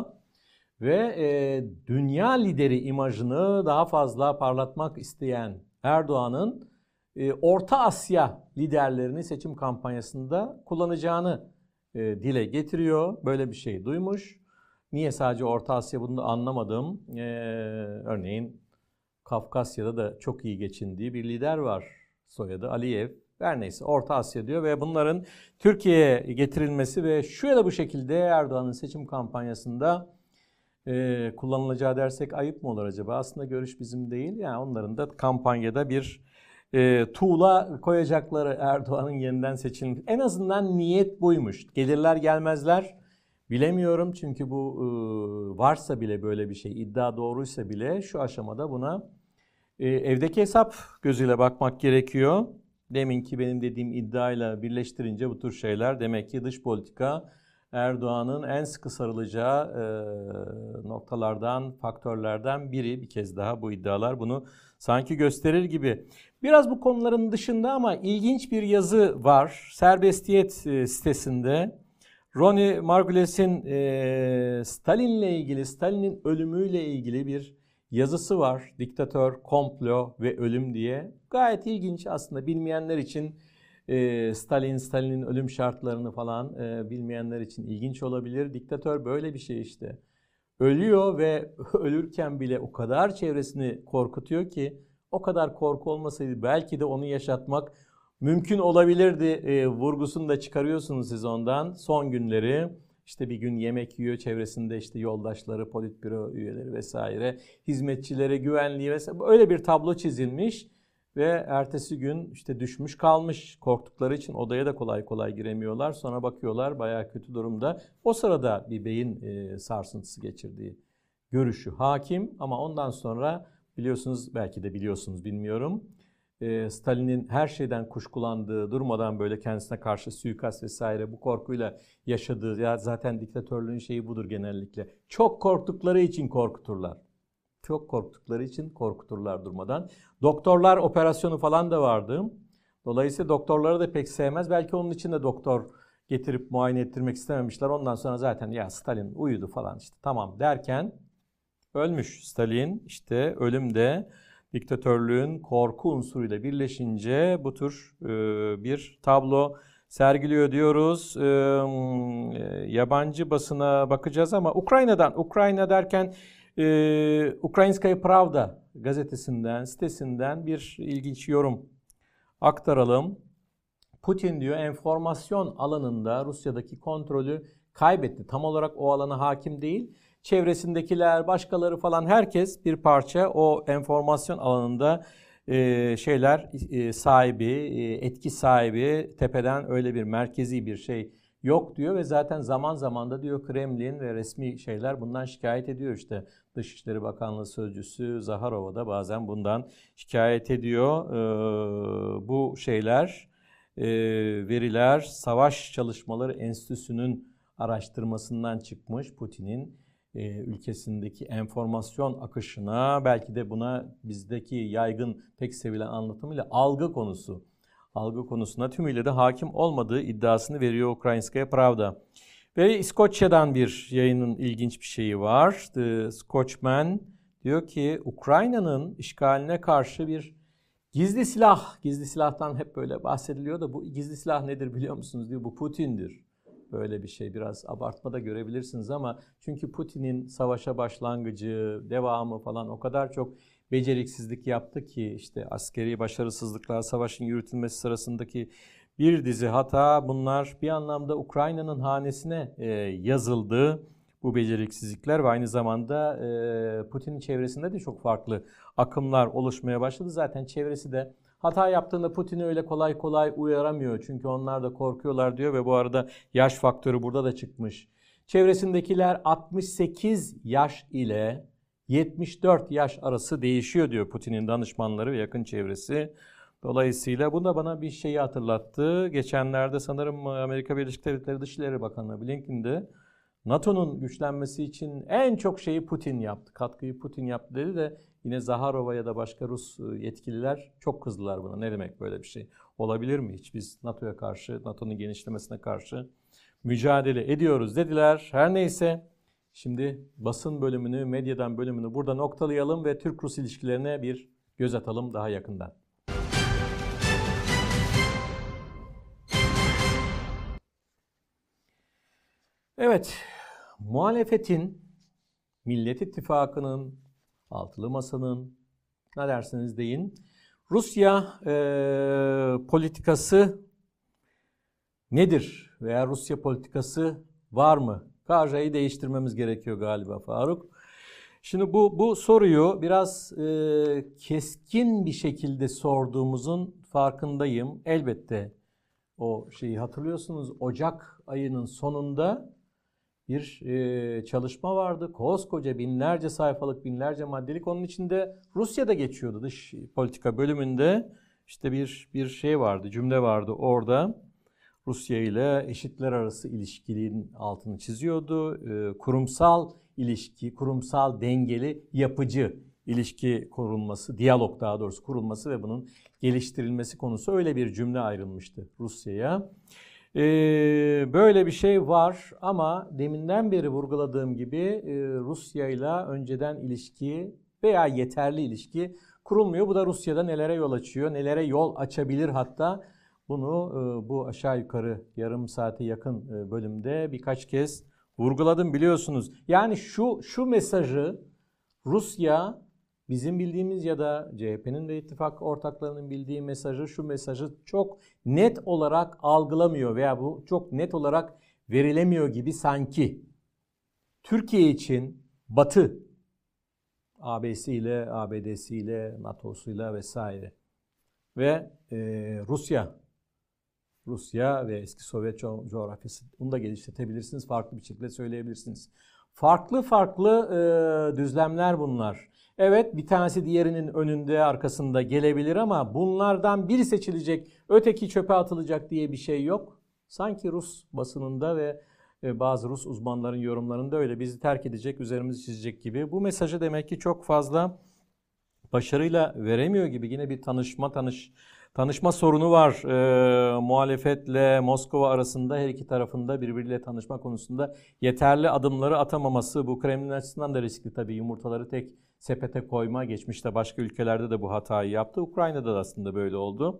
Ve dünya lideri imajını daha fazla parlatmak isteyen Erdoğan'ın Orta Asya liderlerini seçim kampanyasında kullanacağını dile getiriyor. Böyle bir şey duymuş. Niye sadece Orta Asya, bunu da anlamadım. Örneğin Kafkasya'da da çok iyi geçindiği bir lider var. Soyadı Aliyev. Her neyse Orta Asya diyor ve bunların Türkiye'ye getirilmesi ve şu ya da bu şekilde Erdoğan'ın seçim kampanyasında kullanılacağı dersek ayıp mı olur acaba? Aslında görüş bizim değil. Yani onların da kampanyada bir tuğla koyacakları Erdoğan'ın yeniden seçilmesi. En azından niyet buymuş. Gelirler gelmezler bilemiyorum. Çünkü bu varsa bile böyle bir şey, iddia doğruysa bile şu aşamada buna evdeki hesap gözüyle bakmak gerekiyor. Deminki benim dediğim iddiayla birleştirince bu tür şeyler demek ki dış politika Erdoğan'ın en sıkı sarılacağı noktalardan, faktörlerden biri. Bir kez daha bu iddialar bunu sanki gösterir gibi. Biraz bu konuların dışında ama ilginç bir yazı var. Serbestiyet sitesinde. Ronnie Margules'in Stalin'le ilgili, Stalin'in ölümüyle ilgili bir yazısı var. Diktatör, komplo ve ölüm diye. Gayet ilginç aslında, bilmeyenler için. Stalin'in ölüm şartlarını falan bilmeyenler için ilginç olabilir. Diktatör böyle bir şey işte. Ölüyor ve ölürken bile o kadar çevresini korkutuyor ki, o kadar korku olmasaydı belki de onu yaşatmak mümkün olabilirdi. Vurgusunu da çıkarıyorsunuz siz ondan. Son günleri işte bir gün yemek yiyor, çevresinde işte yoldaşları, politbüro üyeleri vesaire, hizmetçileri, güvenliği vesaire, öyle bir tablo çizilmiş. Ve ertesi gün işte düşmüş kalmış, korktukları için odaya da kolay kolay giremiyorlar. Sonra bakıyorlar bayağı kötü durumda. O sırada bir beyin sarsıntısı geçirdiği görüşü hakim. Ama ondan sonra biliyorsunuz, belki de biliyorsunuz bilmiyorum, Stalin'in her şeyden kuşkulandığı, durmadan böyle kendisine karşı suikast vesaire bu korkuyla yaşadığı, ya zaten diktatörlüğün şeyi budur genellikle. Çok korktukları için korkuturlar. Çok korktukları için korkuturlar durmadan. Doktorlar operasyonu falan da vardı. Dolayısıyla doktorları da pek sevmez. Belki onun için de doktor getirip muayene ettirmek istememişler. Ondan sonra zaten ya Stalin uyudu falan işte tamam derken ölmüş Stalin. İşte ölüm de diktatörlüğün korku unsuruyla birleşince bu tür bir tablo sergiliyor diyoruz. Yabancı basına bakacağız ama Ukrayna derken Ukrayinskaya Pravda gazetesinden, sitesinden bir ilginç yorum aktaralım. Putin diyor enformasyon alanında Rusya'daki kontrolü kaybetti. Tam olarak o alana hakim değil. Çevresindekiler, başkaları falan herkes bir parça o enformasyon alanında sahibi, etki sahibi, tepeden öyle bir merkezi bir şey yok diyor ve zaten zaman zaman da diyor Kremlin ve resmi şeyler bundan şikayet ediyor. İşte Dışişleri Bakanlığı Sözcüsü Zaharova da bazen bundan şikayet ediyor. Bu şeyler, veriler Savaş Çalışmaları Enstitüsü'nün araştırmasından çıkmış. Putin'in ülkesindeki enformasyon akışına, belki de buna bizdeki yaygın pek sevilen anlatımıyla algı konusuna tümüyle de hakim olmadığı iddiasını veriyor Ukrayinskaya Pravda. Ve İskoçya'dan bir yayının ilginç bir şeyi var. The Scotsman diyor ki Ukrayna'nın işgaline karşı bir gizli silahtan hep böyle bahsediliyor da bu gizli silah nedir biliyor musunuz diyor. Bu Putin'dir. Böyle bir şey biraz abartmada görebilirsiniz ama çünkü Putin'in savaşa başlangıcı, devamı falan o kadar çok beceriksizlik yaptı ki işte askeri başarısızlıklar, savaşın yürütülmesi sırasındaki bir dizi hata, bunlar bir anlamda Ukrayna'nın hanesine yazıldı. bu beceriksizlikler ve aynı zamanda Putin'in çevresinde de çok farklı akımlar oluşmaya başladı. Zaten çevresi de hata yaptığında Putin'i öyle kolay kolay uyaramıyor. Çünkü onlar da korkuyorlar diyor ve bu arada yaş faktörü burada da çıkmış. Çevresindekiler 68 yaş ile 74 yaş arası değişiyor diyor Putin'in danışmanları ve yakın çevresi. Dolayısıyla bu da bana bir şeyi hatırlattı. Geçenlerde sanırım Amerika Birleşik Devletleri Dışişleri Bakanı Blinken'de NATO'nun güçlenmesi için en çok şeyi Putin yaptı, katkıyı Putin yaptı dedi de yine Zaharova ya da başka Rus yetkililer çok kızdılar buna. Ne demek böyle bir şey? Olabilir mi hiç? Biz NATO'ya karşı, NATO'nun genişlemesine karşı mücadele ediyoruz dediler. Her neyse şimdi basın bölümünü, medyadan bölümünü burada noktalayalım ve Türk-Rus ilişkilerine bir göz atalım daha yakından. Evet, muhalefetin, Millet İttifakı'nın, Altılı Masa'nın, ne dersiniz deyin, Rusya politikası nedir veya Rusya politikası var mı? Karjayı değiştirmemiz gerekiyor galiba Faruk. Şimdi bu soruyu biraz keskin bir şekilde sorduğumuzun farkındayım. Elbette o şeyi hatırlıyorsunuz, Ocak ayının sonunda bir çalışma vardı. Koskoca binlerce sayfalık, binlerce maddelik. Onun içinde Rusya'da geçiyordu dış politika bölümünde. İşte bir şey vardı, cümle vardı orada. Rusya ile eşitler arası ilişkinin altını çiziyordu. Kurumsal ilişki, kurumsal dengeli, yapıcı ilişki kurulması, diyalog daha doğrusu kurulması ve bunun geliştirilmesi konusu öyle bir cümle ayrılmıştı Rusya'ya. Böyle bir şey var ama deminden beri vurguladığım gibi Rusya ile önceden ilişki veya yeterli ilişki kurulmuyor. Bu da Rusya'da nelere yol açıyor, nelere yol açabilir hatta bunu bu aşağı yukarı yarım saate yakın bölümde birkaç kez vurguladım biliyorsunuz. Yani şu mesajı Rusya bizim bildiğimiz ya da CHP'nin de ittifak ortaklarının bildiği mesajı, şu mesajı çok net olarak algılamıyor veya bu çok net olarak verilemiyor gibi sanki. Türkiye için Batı, AB'siyle, ABD'siyle, NATO'suyla vesaire ve Rusya ve eski Sovyet coğrafyası, bunu da geliştirebilirsiniz, farklı bir şekilde söyleyebilirsiniz. Farklı düzlemler bunlar. Evet, bir tanesi diğerinin önünde, arkasında gelebilir ama bunlardan biri seçilecek, öteki çöpe atılacak diye bir şey yok. Sanki Rus basınında ve bazı Rus uzmanların yorumlarında öyle bizi terk edecek, üzerimizi çizecek gibi. Bu mesajı demek ki çok fazla başarıyla veremiyor gibi. Yine bir tanışma sorunu var. Muhalefetle Moskova arasında her iki tarafında birbiriyle tanışma konusunda yeterli adımları atamaması. Bu Kremlin açısından da riskli tabii. Yumurtaları tek sepete koyma. Geçmişte başka ülkelerde de bu hatayı yaptı. Ukrayna'da da aslında böyle oldu.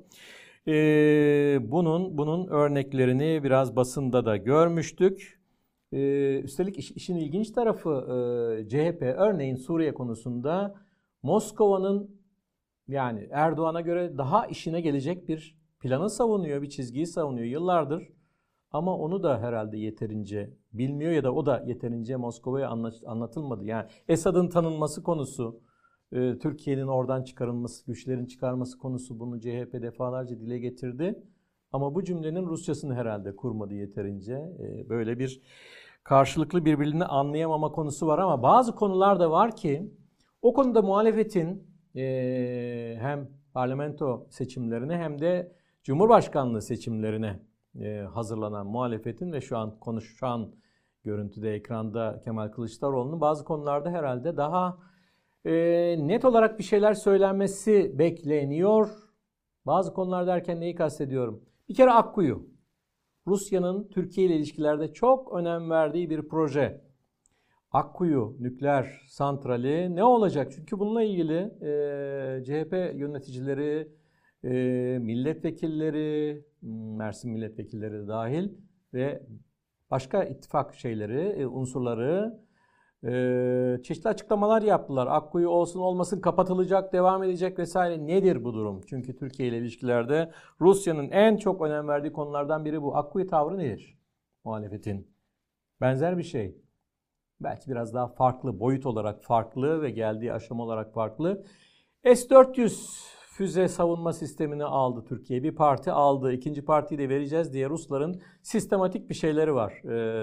Bunun örneklerini biraz basında da görmüştük. Üstelik işin ilginç tarafı CHP örneğin Suriye konusunda Moskova'nın yani Erdoğan'a göre daha işine gelecek bir planı savunuyor, bir çizgiyi savunuyor yıllardır. Ama onu da herhalde yeterince bilmiyor ya da o da yeterince Moskova'ya anlatılmadı. Yani Esad'ın tanınması konusu, Türkiye'nin oradan çıkarılması, güçlerin çıkarması konusu bunu CHP defalarca dile getirdi. Ama bu cümlenin Rusçasını herhalde kurmadı yeterince. Böyle bir karşılıklı birbirini anlayamama konusu var ama bazı konular da var ki o konuda muhalefetin hem parlamento seçimlerine hem de Cumhurbaşkanlığı seçimlerine hazırlanan muhalefetin ve şu an konuşan görüntüde ekranda Kemal Kılıçdaroğlu'nun bazı konularda herhalde daha net olarak bir şeyler söylenmesi bekleniyor. Bazı konular derken neyi kastediyorum? Bir kere Akkuyu. Rusya'nın Türkiye ile ilişkilerde çok önem verdiği bir proje. Akkuyu nükleer santrali ne olacak? Çünkü bununla ilgili CHP yöneticileri, milletvekilleri, Mersin milletvekilleri de dahil ve başka ittifak unsurları çeşitli açıklamalar yaptılar. Akkuyu olsun olmasın kapatılacak, devam edecek vesaire. Nedir bu durum? Çünkü Türkiye ile ilişkilerde Rusya'nın en çok önem verdiği konulardan biri bu. Akkuyu tavrı nedir muhalefetin? Benzer bir şey. belki biraz daha farklı, boyut olarak farklı ve geldiği aşama olarak farklı. S-400 füze savunma sistemini aldı Türkiye. Bir parti aldı. İkinci partiyi de vereceğiz diye Rusların sistematik bir şeyleri var.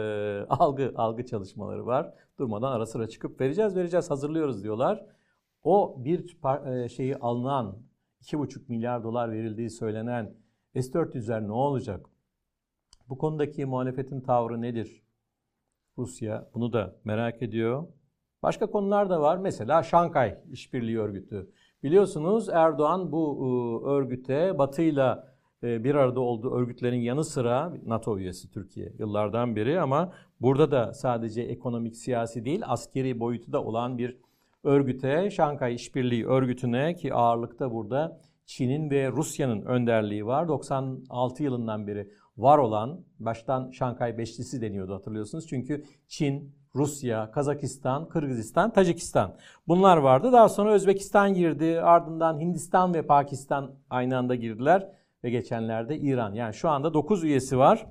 Algı çalışmaları var. Durmadan ara sıra çıkıp vereceğiz hazırlıyoruz diyorlar. O bir şeyi alınan 2,5 milyar dolar verildiği söylenen S-400'ler ne olacak? Bu konudaki muhalefetin tavrı nedir? Rusya bunu da merak ediyor. Başka konular da var. Mesela Şanghay İşbirliği Örgütü. Biliyorsunuz Erdoğan bu örgüte Batı'yla bir arada olduğu örgütlerin yanı sıra NATO üyesi Türkiye yıllardan beri ama burada da sadece ekonomik, siyasi değil askeri boyutu da olan bir örgüte, Şanghay İşbirliği Örgütü'ne ki ağırlıkta burada Çin'in ve Rusya'nın önderliği var. 96 yılından beri var olan, baştan Şanghay Beşlisi deniyordu hatırlıyorsunuz. Çünkü Çin, Rusya, Kazakistan, Kırgızistan, Tacikistan bunlar vardı. Daha sonra Özbekistan girdi, ardından Hindistan ve Pakistan aynı anda girdiler ve geçenlerde İran. Yani şu anda 9 üyesi var.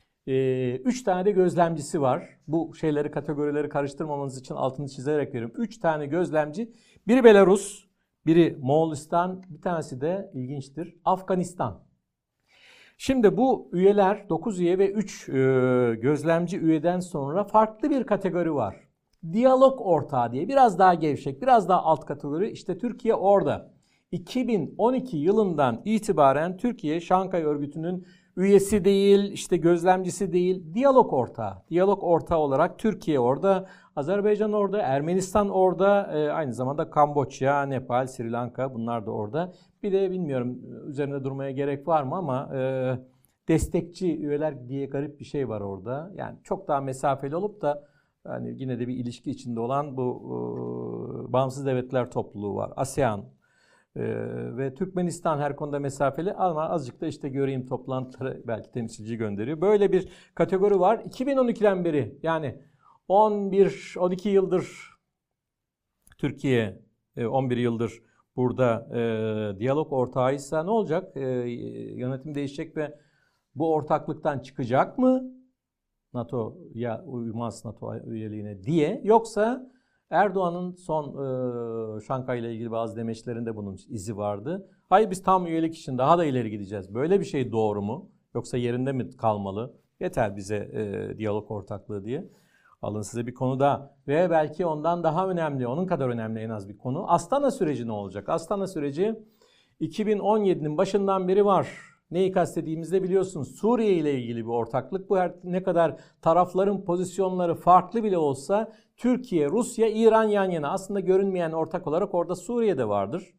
3 tane de gözlemcisi var. Bu şeyleri, kategorileri karıştırmamanız için altını çizerek veriyorum. 3 tane gözlemci. Biri Belarus, biri Moğolistan, bir tanesi de ilginçtir Afganistan. Şimdi bu üyeler 9 üye ve 3 gözlemci üyeden sonra farklı bir kategori var. Diyalog ortağı diye biraz daha gevşek, biraz daha alt kategori. İşte Türkiye orada. 2012 yılından itibaren Türkiye Şanghay Örgütü'nün üyesi değil, işte gözlemcisi değil, diyalog ortağı. Diyalog ortağı olarak Türkiye orada, Azerbaycan orada, Ermenistan orada, aynı zamanda Kamboçya, Nepal, Sri Lanka bunlar da orada. Bir de bilmiyorum üzerinde durmaya gerek var mı ama destekçi üyeler diye garip bir şey var orada. Yani çok daha mesafeli olup da yani yine de bir ilişki içinde olan bu bağımsız devletler topluluğu var. ASEAN ve Türkmenistan her konuda mesafeli ama azıcık da işte göreyim toplantılara belki temsilci gönderiyor. Böyle bir kategori var. 2012'den beri yani 11-12 yıldır Türkiye 11 yıldır burada diyalog ortağıysa ne olacak? Yönetim değişecek ve bu ortaklıktan çıkacak mı? NATO'ya uymaz NATO üyeliğine diye. Yoksa Erdoğan'ın son Şanghay ile ilgili bazı demeçlerinde bunun izi vardı. Hayır biz tam üyelik için daha da ileri gideceğiz. Böyle bir şey doğru mu? Yoksa yerinde mi kalmalı? Yeter bize diyalog ortaklığı diye. Alın size bir konu daha. Ve belki ondan daha önemli, onun kadar önemli en az bir konu. Astana süreci ne olacak? Astana süreci 2017'nin başından beri var. Neyi kastediğimizde biliyorsunuz Suriye ile ilgili bir ortaklık. Bu her ne kadar tarafların pozisyonları farklı bile olsa Türkiye, Rusya, İran yan yana. Aslında görünmeyen ortak olarak orada Suriye'de vardır.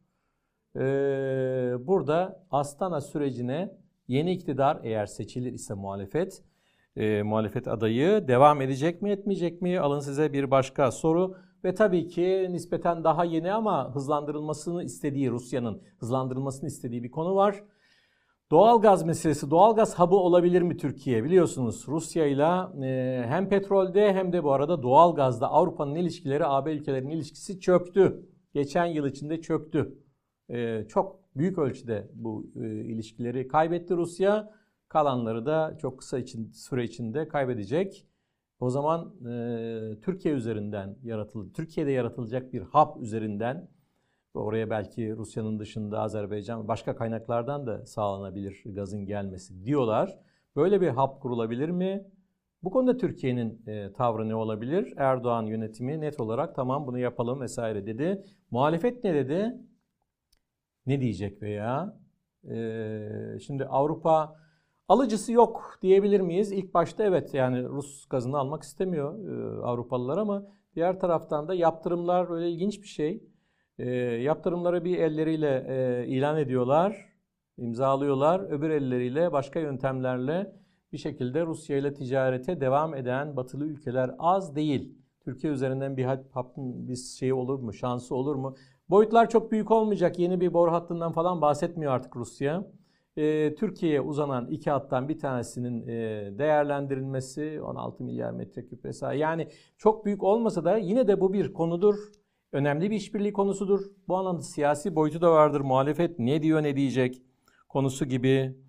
Burada Astana sürecine yeni iktidar eğer seçilir ise muhalefet adayı devam edecek mi etmeyecek mi? Alın size bir başka soru. Ve tabii ki nispeten daha yeni ama Rusya'nın hızlandırılmasını istediği bir konu var. Doğalgaz meselesi, doğalgaz hub'ı olabilir mi Türkiye? Biliyorsunuz Rusya ile hem petrolde hem de bu arada doğalgazda Avrupa'nın ilişkileri, AB ülkelerinin ilişkisi çöktü. Geçen yıl içinde çöktü. Çok büyük ölçüde bu ilişkileri kaybetti Rusya. Kalanları da çok kısa süre içinde kaybedecek. O zaman Türkiye üzerinden Türkiye'de yaratılacak bir hub üzerinden oraya belki Rusya'nın dışında Azerbaycan başka kaynaklardan da sağlanabilir gazın gelmesi diyorlar. Böyle bir hub kurulabilir mi? Bu konuda Türkiye'nin tavrı ne olabilir? Erdoğan yönetimi net olarak tamam bunu yapalım vesaire dedi. Muhalefet ne dedi? Ne diyecek veya? Şimdi Avrupa alıcısı yok diyebilir miyiz? İlk başta evet yani Rus gazını almak istemiyor Avrupalılar ama diğer taraftan da yaptırımlar öyle ilginç bir şey. Yaptırımları bir elleriyle ilan ediyorlar, imzalıyorlar. Öbür elleriyle başka yöntemlerle bir şekilde Rusya ile ticarete devam eden batılı ülkeler az değil. Türkiye üzerinden bir şey olur mu, şansı olur mu? Boyutlar çok büyük olmayacak. Yeni bir boru hattından falan bahsetmiyor artık Rusya. Türkiye'ye uzanan iki hattan bir tanesinin değerlendirilmesi 16 milyar metreküp vesaire. Yani çok büyük olmasa da yine de bu bir konudur. Önemli bir işbirliği konusudur. Bu anlamda siyasi boyutu da vardır. Muhalefet ne diyor ne diyecek konusu gibi.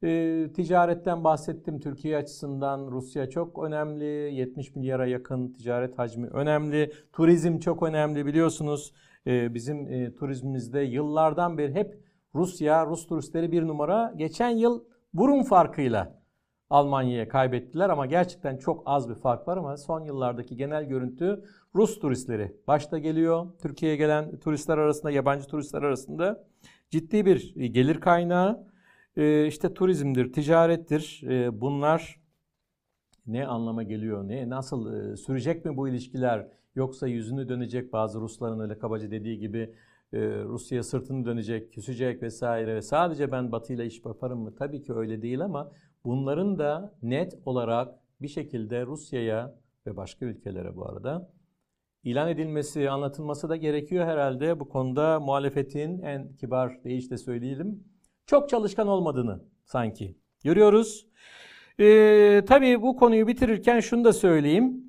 Ticaretten bahsettim. Türkiye açısından Rusya çok önemli. 70 milyara yakın ticaret hacmi önemli. Turizm çok önemli biliyorsunuz. Bizim turizmimizde yıllardan beri hep Rusya, Rus turistleri bir numara. Geçen yıl burun farkıyla Almanya'ya kaybettiler ama gerçekten çok az bir fark var ama son yıllardaki genel görüntü Rus turistleri başta geliyor. Türkiye'ye gelen turistler arasında, yabancı turistler arasında ciddi bir gelir kaynağı. İşte turizmdir, ticarettir. Bunlar ne anlama geliyor, nasıl sürecek mi bu ilişkiler yoksa yüzünü dönecek bazı Rusların öyle kabaca dediği gibi Rusya'ya sırtını dönecek, küsecek vesaire ve sadece ben Batı ile iş yaparım mı? Tabii ki öyle değil ama bunların da net olarak bir şekilde Rusya'ya ve başka ülkelere bu arada ilan edilmesi, anlatılması da gerekiyor herhalde. Bu konuda muhalefetin en kibar deyişle söyleyelim, çok çalışkan olmadığını sanki görüyoruz. Tabii bu konuyu bitirirken şunu da söyleyeyim.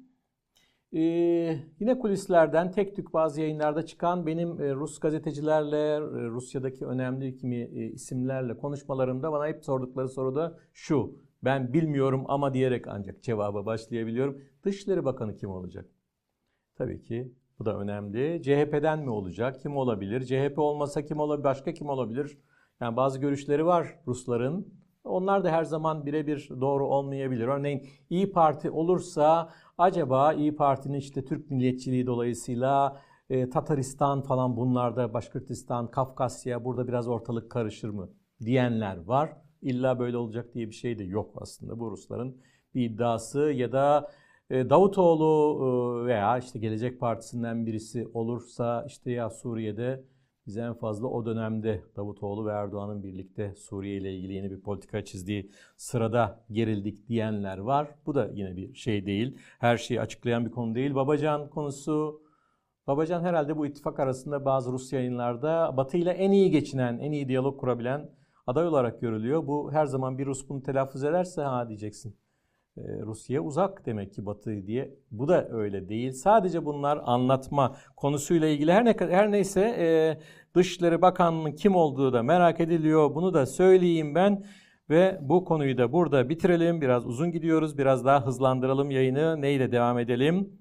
Yine kulislerden tek tük bazı yayınlarda çıkan benim Rus gazetecilerle, Rusya'daki önemli kimi isimlerle konuşmalarımda bana hep sordukları soru da şu. Ben bilmiyorum ama diyerek ancak cevaba başlayabiliyorum. Dışişleri Bakanı kim olacak? Tabii ki bu da önemli. CHP'den mi olacak? Kim olabilir? CHP olmasa kim olabilir? Başka kim olabilir? Yani bazı görüşleri var Rusların. Onlar da her zaman birebir doğru olmayabilir. Örneğin İyi Parti olursa acaba İyi Parti'nin işte Türk milliyetçiliği dolayısıyla Tataristan falan bunlarda, Başkırtistan, Kafkasya burada biraz ortalık karışır mı diyenler var. İlla böyle olacak diye bir şey de yok aslında bu Rusların bir iddiası ya da Davutoğlu veya işte Gelecek Partisi'nden birisi olursa işte ya Suriye'de biz en fazla o dönemde Davutoğlu ve Erdoğan'ın birlikte Suriye ile ilgili yeni bir politika çizdiği sırada gerildik diyenler var. Bu da yine bir şey değil. Her şeyi açıklayan bir konu değil. Babacan konusu. Babacan herhalde bu ittifak arasında bazı Rus yayınlarda Batı ile en iyi geçinen, en iyi diyalog kurabilen aday olarak görülüyor. Bu her zaman bir Rus bunu telaffuz ederse ha diyeceksin. Rusya'ya uzak demek ki Batı diye. Bu da öyle değil. Sadece bunlar anlatma konusuyla ilgili her neyse Dışişleri Bakanlığı'nın kim olduğu da merak ediliyor. Bunu da söyleyeyim ben ve bu konuyu da burada bitirelim. Biraz uzun gidiyoruz. Biraz daha hızlandıralım yayını. Neyle devam edelim?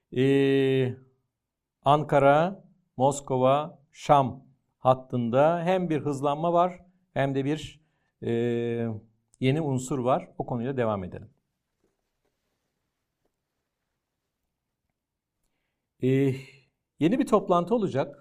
Ankara, Moskova, Şam hattında hem bir hızlanma var hem de bir yeni unsur var. O konuyla devam edelim. Yeni bir toplantı olacak.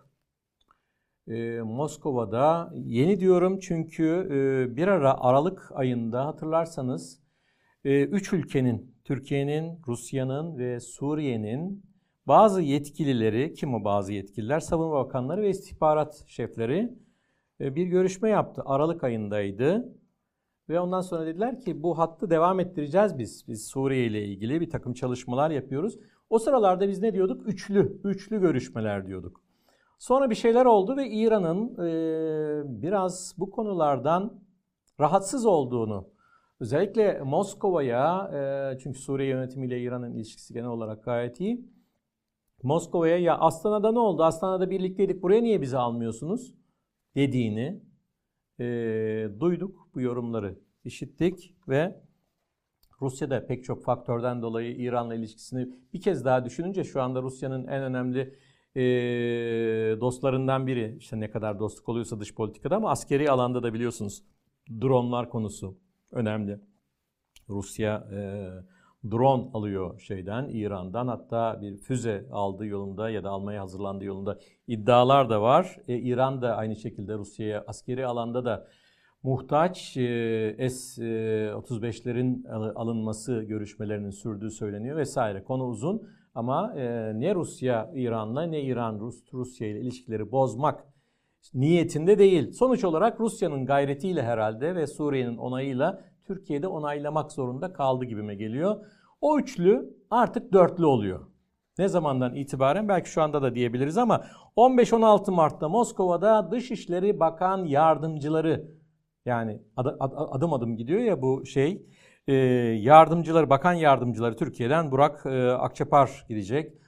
Moskova'da yeni diyorum çünkü bir ara Aralık ayında hatırlarsanız 3 ülkenin, Türkiye'nin, Rusya'nın ve Suriye'nin bazı yetkilileri, kim o bazı yetkililer? Savunma bakanları ve istihbarat şefleri bir görüşme yaptı. Aralık ayındaydı. Ve ondan sonra dediler ki bu hattı devam ettireceğiz biz. Biz Suriye ile ilgili bir takım çalışmalar yapıyoruz. O sıralarda biz ne diyorduk? Üçlü görüşmeler diyorduk. Sonra bir şeyler oldu ve İran'ın biraz bu konulardan rahatsız olduğunu, özellikle Moskova'ya, çünkü Suriye yönetimiyle İran'ın ilişkisi genel olarak gayet iyi. Moskova'ya ya Astana'da ne oldu? Astana'da birlikteydik, buraya niye bizi almıyorsunuz? Dediğini duyduk, bu yorumları işittik ve Rusya'da pek çok faktörden dolayı İran'la ilişkisini bir kez daha düşününce şu anda Rusya'nın en önemli dostlarından biri, işte ne kadar dostluk oluyorsa dış politikada ama askeri alanda da biliyorsunuz dronlar konusu önemli. Rusya drone alıyor İran'dan, hatta bir füze aldığı yolunda ya da almaya hazırlandığı yolunda iddialar da var. İran da aynı şekilde Rusya'ya askeri alanda da muhtaç. S-35'lerin alınması görüşmelerinin sürdüğü söyleniyor vesaire. Konu uzun ama ne Rusya İran'la ne İran Rusya ile ilişkileri bozmak niyetinde değil. Sonuç olarak Rusya'nın gayretiyle herhalde ve Suriye'nin onayıyla Türkiye'de onaylamak zorunda kaldı gibime geliyor. O üçlü artık dörtlü oluyor. Ne zamandan itibaren? Belki şu anda da diyebiliriz ama 15-16 Mart'ta Moskova'da Dışişleri Bakan Yardımcıları, yani adım adım gidiyor ya bu yardımcıları, bakan yardımcıları Türkiye'den Burak Akçapar gidecek.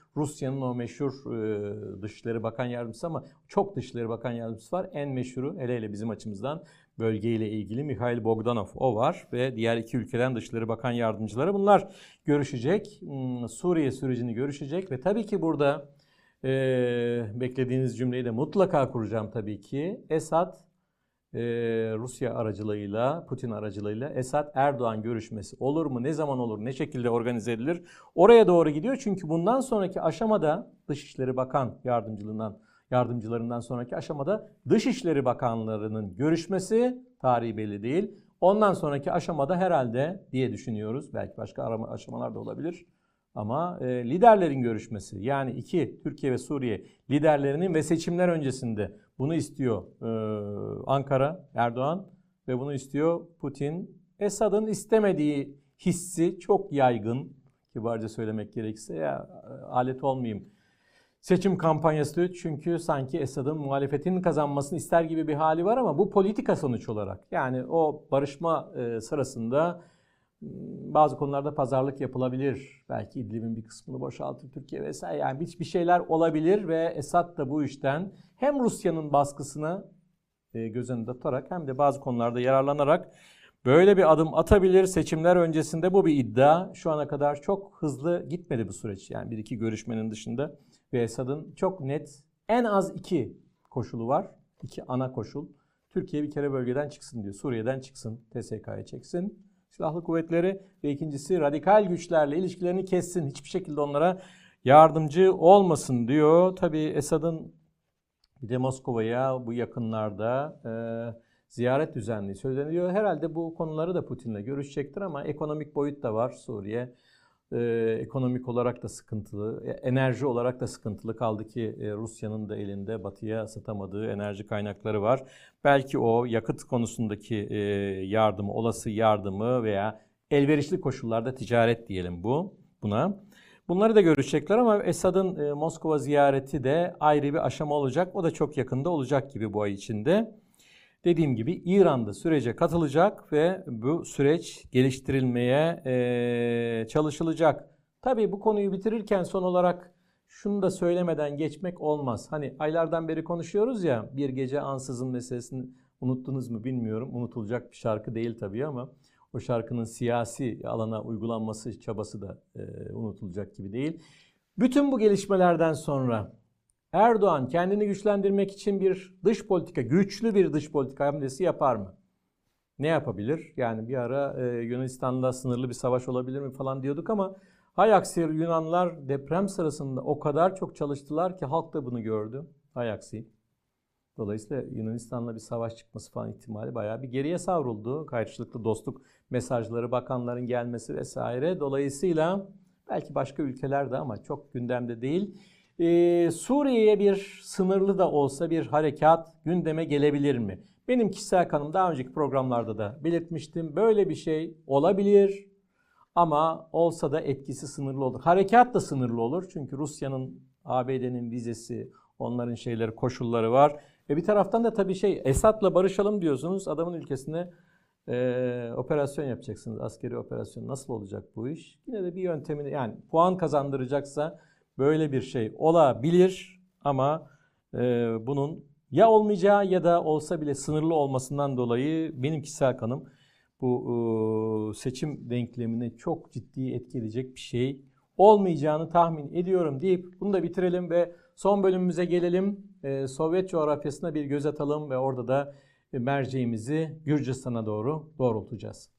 Rusya'nın o meşhur Dışişleri Bakan Yardımcısı ama çok Dışişleri Bakan Yardımcısı var. En meşhuru hele bizim açımızdan bölgeyle ilgili Mikhail Bogdanov o var ve diğer iki ülkeden Dışişleri Bakan Yardımcıları bunlar görüşecek. Suriye sürecini görüşecek ve tabii ki burada beklediğiniz cümleyi de mutlaka kuracağım tabii ki. Esad Rusya aracılığıyla, Putin aracılığıyla Esad-Erdoğan görüşmesi olur mu? Ne zaman olur? Ne şekilde organize edilir? Oraya doğru gidiyor çünkü bundan sonraki aşamada Dışişleri Bakan yardımcılarından sonraki aşamada Dışişleri Bakanlarının görüşmesi tarihi belli değil. Ondan sonraki aşamada herhalde diye düşünüyoruz. Belki başka aşamalar da olabilir. Ama liderlerin görüşmesi yani iki Türkiye ve Suriye liderlerinin ve seçimler öncesinde bunu istiyor Ankara, Erdoğan ve bunu istiyor Putin. Esad'ın istemediği hissi çok yaygın, kibarca söylemek gerekirse ya alet olmayayım. Seçim kampanyası çünkü sanki Esad'ın muhalefetin kazanmasını ister gibi bir hali var ama bu politika sonuç olarak. Yani o barışma sırasında bazı konularda pazarlık yapılabilir. Belki İdlib'in bir kısmını boşaltır Türkiye vesaire. Yani bir şeyler olabilir ve Esad da bu işten hem Rusya'nın baskısını göz önünde tutarak hem de bazı konularda yararlanarak böyle bir adım atabilir. Seçimler öncesinde bu bir iddia. Şu ana kadar çok hızlı gitmedi bu süreç. Yani bir iki görüşmenin dışında ve Esad'ın çok net en az iki koşulu var. İki ana koşul. Türkiye bir kere bölgeden çıksın diyor. Suriye'den çıksın. TSK'ya çeksin. Silahlı kuvvetleri ve ikincisi radikal güçlerle ilişkilerini kessin. Hiçbir şekilde onlara yardımcı olmasın diyor. Tabii Esad'ın bir de Moskova'ya bu yakınlarda ziyaret düzenli söyleniyor. Herhalde bu konuları da Putin'le görüşecektir ama ekonomik boyut da var Suriye. Ekonomik olarak da sıkıntılı, enerji olarak da sıkıntılı kaldı ki Rusya'nın da elinde batıya satamadığı enerji kaynakları var. Belki o yakıt konusundaki yardımı, olası yardımı veya elverişli koşullarda ticaret diyelim buna. Bunları da görüşecekler ama Esad'ın Moskova ziyareti de ayrı bir aşama olacak. O da çok yakında olacak gibi bu ay içinde. Dediğim gibi İran'da sürece katılacak ve bu süreç geliştirilmeye çalışılacak. Tabii bu konuyu bitirirken son olarak şunu da söylemeden geçmek olmaz. Hani aylardan beri konuşuyoruz ya Bir Gece Ansızın meselesini unuttunuz mu bilmiyorum. Unutulacak bir şarkı değil tabii ama o şarkının siyasi alana uygulanması çabası da unutulacak gibi değil. Bütün bu gelişmelerden sonra Erdoğan kendini güçlendirmek için bir dış politika, güçlü bir dış politika hamlesi yapar mı? Ne yapabilir? Yani bir ara Yunanistan'la sınırlı bir savaş olabilir mi falan diyorduk ama hay aksi Yunanlar deprem sırasında o kadar çok çalıştılar ki halk da bunu gördü. Hay aksi. Dolayısıyla Yunanistan'la bir savaş çıkması falan ihtimali bayağı bir geriye savruldu. Karşılıklı dostluk mesajları, bakanların gelmesi vesaire. Dolayısıyla belki başka ülkelerde ama çok gündemde değil. Suriye'ye bir sınırlı da olsa bir harekat gündeme gelebilir mi? Benim kişisel kanım daha önceki programlarda da belirtmiştim. Böyle bir şey olabilir ama olsa da etkisi sınırlı olur. Harekat da sınırlı olur çünkü Rusya'nın, ABD'nin vizesi, onların şeyleri, koşulları var. Bir taraftan da tabii Esad'la barışalım diyorsunuz. Adamın ülkesine operasyon yapacaksınız. Askeri operasyon. Nasıl olacak bu iş? Yine de bir yöntemini yani puan kazandıracaksa böyle bir şey olabilir ama bunun ya olmayacağı ya da olsa bile sınırlı olmasından dolayı benim kişisel kanım bu seçim denklemini çok ciddi etkileyecek bir şey olmayacağını tahmin ediyorum deyip bunu da bitirelim ve son bölümümüze gelelim. Sovyet coğrafyasına bir göz atalım ve orada da merceğimizi Gürcistan'a doğru doğrultacağız.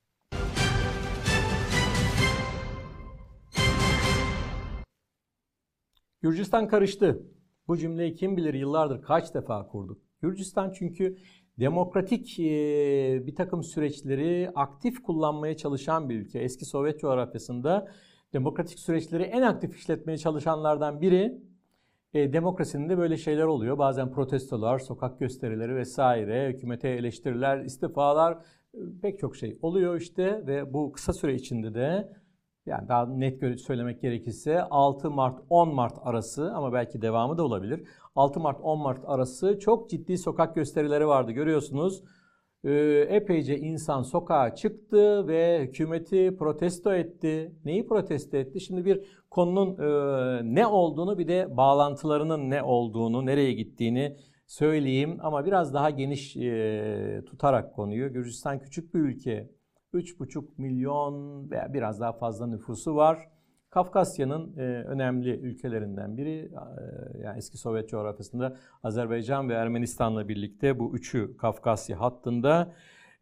Gürcistan karıştı. Bu cümleyi kim bilir yıllardır kaç defa kurduk. Gürcistan çünkü demokratik bir takım süreçleri aktif kullanmaya çalışan bir ülke. Eski Sovyet coğrafyasında demokratik süreçleri en aktif işletmeye çalışanlardan biri. Demokrasinin de böyle şeyler oluyor. Bazen protestolar, sokak gösterileri vesaire, hükümete eleştiriler, istifalar, pek çok şey oluyor işte ve bu kısa süre içinde de yani daha net söylemek gerekirse 6 Mart 10 Mart arası ama belki devamı da olabilir. 6 Mart 10 Mart arası çok ciddi sokak gösterileri vardı görüyorsunuz. epeyce insan sokağa çıktı ve hükümeti protesto etti. Neyi protesto etti? Şimdi bir konunun ne olduğunu, bir de bağlantılarının ne olduğunu, nereye gittiğini söyleyeyim ama biraz daha geniş tutarak konuyu. Gürcistan küçük bir ülke. 3,5 milyon veya biraz daha fazla nüfusu var. Kafkasya'nın önemli ülkelerinden biri. Yani eski Sovyet coğrafyasında Azerbaycan ve Ermenistan'la birlikte bu üçü Kafkasya hattında.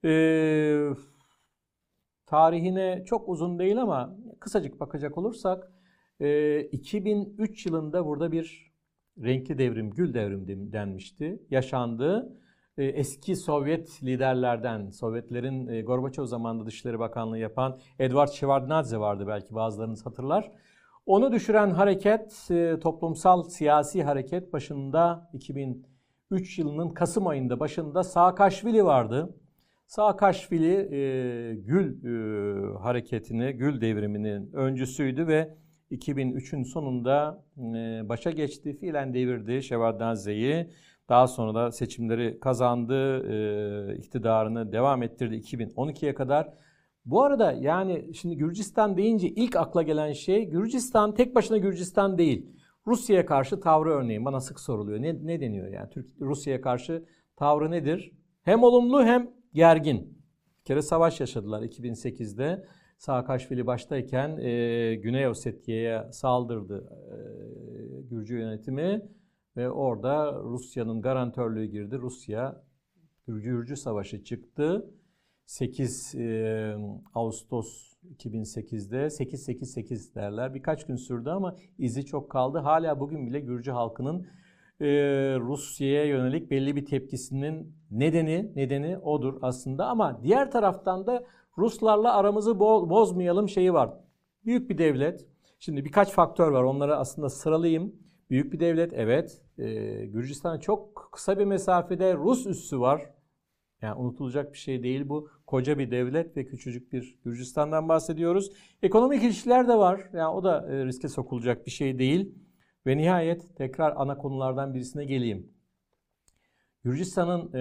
Tarihine çok uzun değil ama kısacık bakacak olursak 2003 yılında burada bir renkli devrim, gül devrim denmişti. Yaşandı. Eski Sovyet liderlerden, Sovyetlerin Gorbaçov zamanında Dışişleri Bakanlığı yapan Edvard Shevardnadze vardı, belki bazılarınız hatırlar. Onu düşüren hareket, toplumsal siyasi hareket başında 2003 yılının Kasım ayında başında Saakashvili vardı. Saakashvili Gül hareketini, Gül devriminin öncüsüydü ve 2003'ün sonunda başa geçti, fiilen devirdi Shevardnadze'yi. Daha sonra da seçimleri kazandı, iktidarını devam ettirdi 2012'ye kadar. Bu arada yani şimdi Gürcistan deyince ilk akla gelen şey, Gürcistan tek başına Gürcistan değil. Rusya'ya karşı tavrı örneğin bana sık soruluyor. Ne deniyor yani? Rusya'ya karşı tavrı nedir? Hem olumlu hem gergin. Bir kere savaş yaşadılar 2008'de. Saakashvili baştayken Güney Ossetya'ya saldırdı Gürcü yönetimi. Ve orada Rusya'nın garantörlüğü girdi. Rusya Gürcü Savaşı çıktı. 8 Ağustos 2008'de 8-8-8 derler. Birkaç gün sürdü ama izi çok kaldı. Hala bugün bile Gürcü halkının Rusya'ya yönelik belli bir tepkisinin nedeni odur aslında. Ama diğer taraftan da Ruslarla aramızı bozmayalım şeyi var. Büyük bir devlet. Şimdi birkaç faktör var. Onları aslında sıralayayım. Büyük bir devlet, evet. Gürcistan'a çok kısa bir mesafede Rus üssü var. Yani unutulacak bir şey değil bu. Koca bir devlet ve küçücük bir Gürcistan'dan bahsediyoruz. Ekonomik ilişkiler de var. Yani o da riske sokulacak bir şey değil. Ve nihayet tekrar ana konulardan birisine geleyim. Gürcistan'ın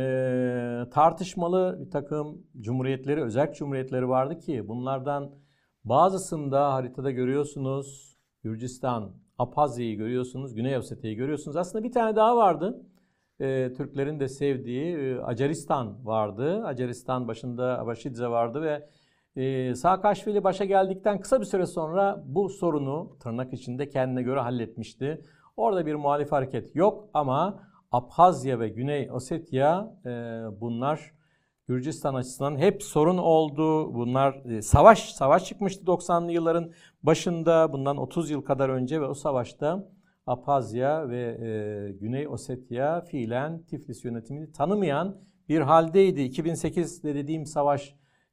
tartışmalı bir takım cumhuriyetleri, özerk cumhuriyetleri vardı ki bunlardan bazısında haritada görüyorsunuz. Gürcistan, Abhazya'yı görüyorsunuz, Güney Ossetya'yı görüyorsunuz. Aslında bir tane daha vardı. Türklerin de sevdiği Acaristan vardı. Acaristan başında Abashidze vardı ve Saakashvili başa geldikten kısa bir süre sonra bu sorunu tırnak içinde kendine göre halletmişti. Orada bir muhalif hareket yok ama Abhazya ve Güney Ossetya bunlar Gürcistan açısından hep sorun oldu. Bunlar savaş çıkmıştı 90'lı yılların başında, bundan 30 yıl kadar önce ve o savaşta Abhazya ve Güney Ossetya fiilen Tiflis yönetimini tanımayan bir haldeydi. 2008'de dediğim savaş,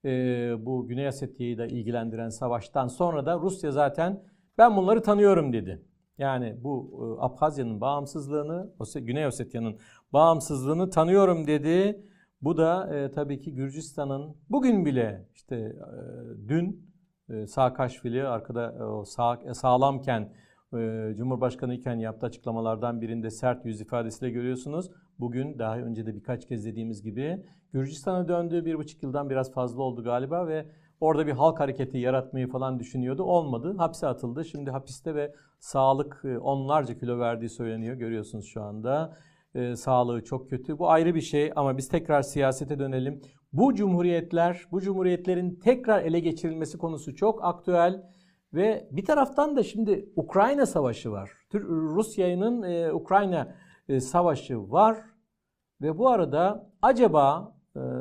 bu Güney Ossetya'yı da ilgilendiren savaştan sonra da Rusya zaten ben bunları tanıyorum dedi. Yani bu Abhazya'nın bağımsızlığını, Güney Ossetya'nın bağımsızlığını tanıyorum dedi. Bu da tabii ki Gürcistan'ın bugün bile işte dün Saakashvili arkada sağlamken Cumhurbaşkanı iken yaptığı açıklamalardan birinde sert yüz ifadesiyle görüyorsunuz. Bugün daha önce de birkaç kez dediğimiz gibi Gürcistan'a döndü. 1,5 yıldan biraz fazla oldu galiba ve orada bir halk hareketi yaratmayı falan düşünüyordu. Olmadı. Hapse atıldı. Şimdi hapiste ve sağlık onlarca kilo verdiği söyleniyor. Görüyorsunuz şu anda. Sağlığı çok kötü. Bu ayrı bir şey ama biz tekrar siyasete dönelim. Bu cumhuriyetlerin tekrar ele geçirilmesi konusu çok aktüel ve bir taraftan da şimdi Ukrayna Savaşı var. Rusya'nın Ukrayna Savaşı var ve bu arada acaba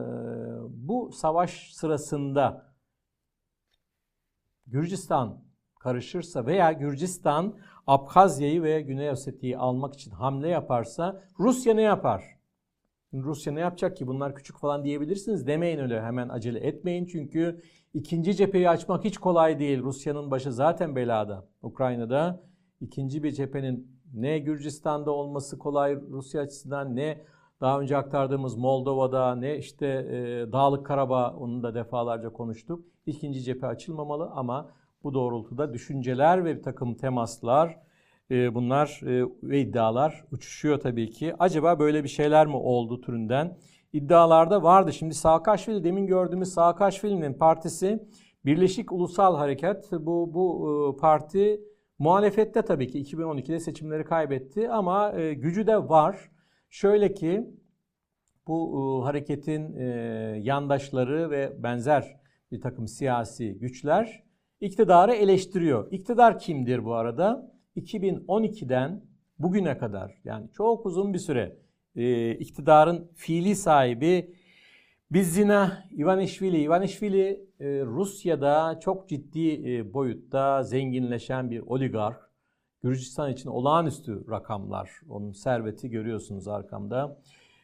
bu savaş sırasında Gürcistan karışırsa veya Gürcistan Abhazya'yı ve Güney Ossetya'yı almak için hamle yaparsa Rusya ne yapar? Rusya ne yapacak ki? Bunlar küçük falan diyebilirsiniz. Demeyin öyle, hemen acele etmeyin. Çünkü ikinci cepheyi açmak hiç kolay değil. Rusya'nın başı zaten belada. Ukrayna'da ikinci bir cephenin ne Gürcistan'da olması kolay Rusya açısından, ne daha önce aktardığımız Moldova'da, ne işte Dağlık Karabağ, onu da defalarca konuştuk. İkinci cephe açılmamalı ama bu doğrultuda düşünceler ve bir takım temaslar, bunlar ve iddialar uçuşuyor tabii ki. Acaba böyle bir şeyler mi oldu türünden iddialarda vardı. Şimdi Saakashvili, demin gördüğümüz Saakashvili'nin partisi Birleşik Ulusal Hareket. Bu parti muhalefette tabii ki 2012'de seçimleri kaybetti ama gücü de var. Şöyle ki bu hareketin yandaşları ve benzer bir takım siyasi güçler iktidarı eleştiriyor. İktidar kimdir bu arada? 2012'den bugüne kadar, yani çok uzun bir süre iktidarın fiili sahibi Bidzina Ivanishvili. Ivanishvili Rusya'da çok ciddi boyutta zenginleşen bir oligark. Gürcistan için olağanüstü rakamlar. Onun serveti görüyorsunuz arkamda.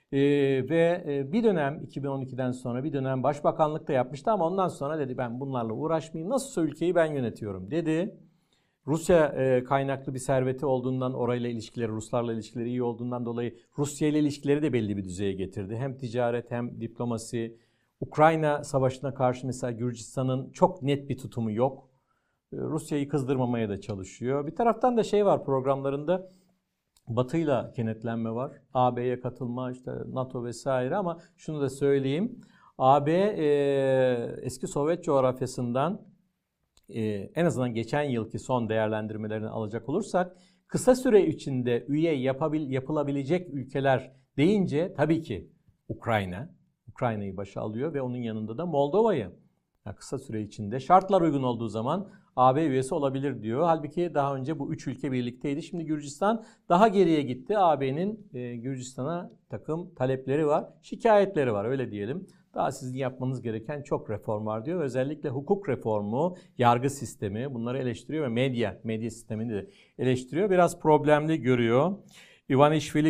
Bir dönem 2012'den sonra bir dönem başbakanlık da yapmıştı ama ondan sonra dedi ben bunlarla uğraşmayayım. Nasılsa ülkeyi ben yönetiyorum dedi. Rusya kaynaklı bir serveti olduğundan, orayla ilişkileri, Ruslarla ilişkileri iyi olduğundan dolayı Rusya ile ilişkileri de belli bir düzeye getirdi. Hem ticaret hem diplomasi. Ukrayna savaşına karşı mesela Gürcistan'ın çok net bir tutumu yok. Rusya'yı kızdırmamaya da çalışıyor. Bir taraftan da şey var programlarında, Batı'yla kenetlenme var. AB'ye katılma, işte NATO vesaire, ama şunu da söyleyeyim. AB eski Sovyet coğrafyasından en azından geçen yılki son değerlendirmelerini alacak olursak kısa süre içinde üye yapılabilecek ülkeler deyince tabii ki Ukrayna'yı başa alıyor ve onun yanında da Moldova'yı. Yani kısa süre içinde şartlar uygun olduğu zaman AB üyesi olabilir diyor. Halbuki daha önce bu 3 ülke birlikteydi. Şimdi Gürcistan daha geriye gitti. AB'nin Gürcistan'a takım talepleri var, şikayetleri var, öyle diyelim. Daha sizin yapmanız gereken çok reform var diyor. Özellikle hukuk reformu, yargı sistemi, bunları eleştiriyor ve medya sistemini de eleştiriyor. Biraz problemli görüyor. Ivanishvili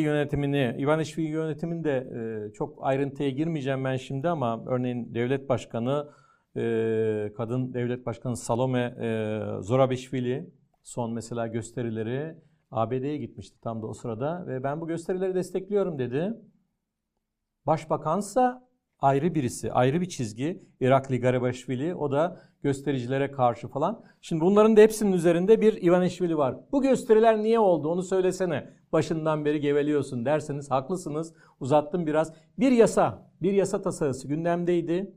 yönetiminde çok ayrıntıya girmeyeceğim ben şimdi ama örneğin devlet başkanı, kadın devlet başkanı Salome Zorabishvili son mesela gösterileri ABD'ye gitmişti tam da o sırada ve ben bu gösterileri destekliyorum dedi. Başbakansa ayrı birisi, ayrı bir çizgi. Irakli Garibashvili, o da göstericilere karşı falan. Şimdi bunların da hepsinin üzerinde bir Ivanishvili var. Bu gösteriler niye oldu onu söylesene. Başından beri geveliyorsun derseniz haklısınız. Uzattım biraz. Bir yasa tasarısı gündemdeydi.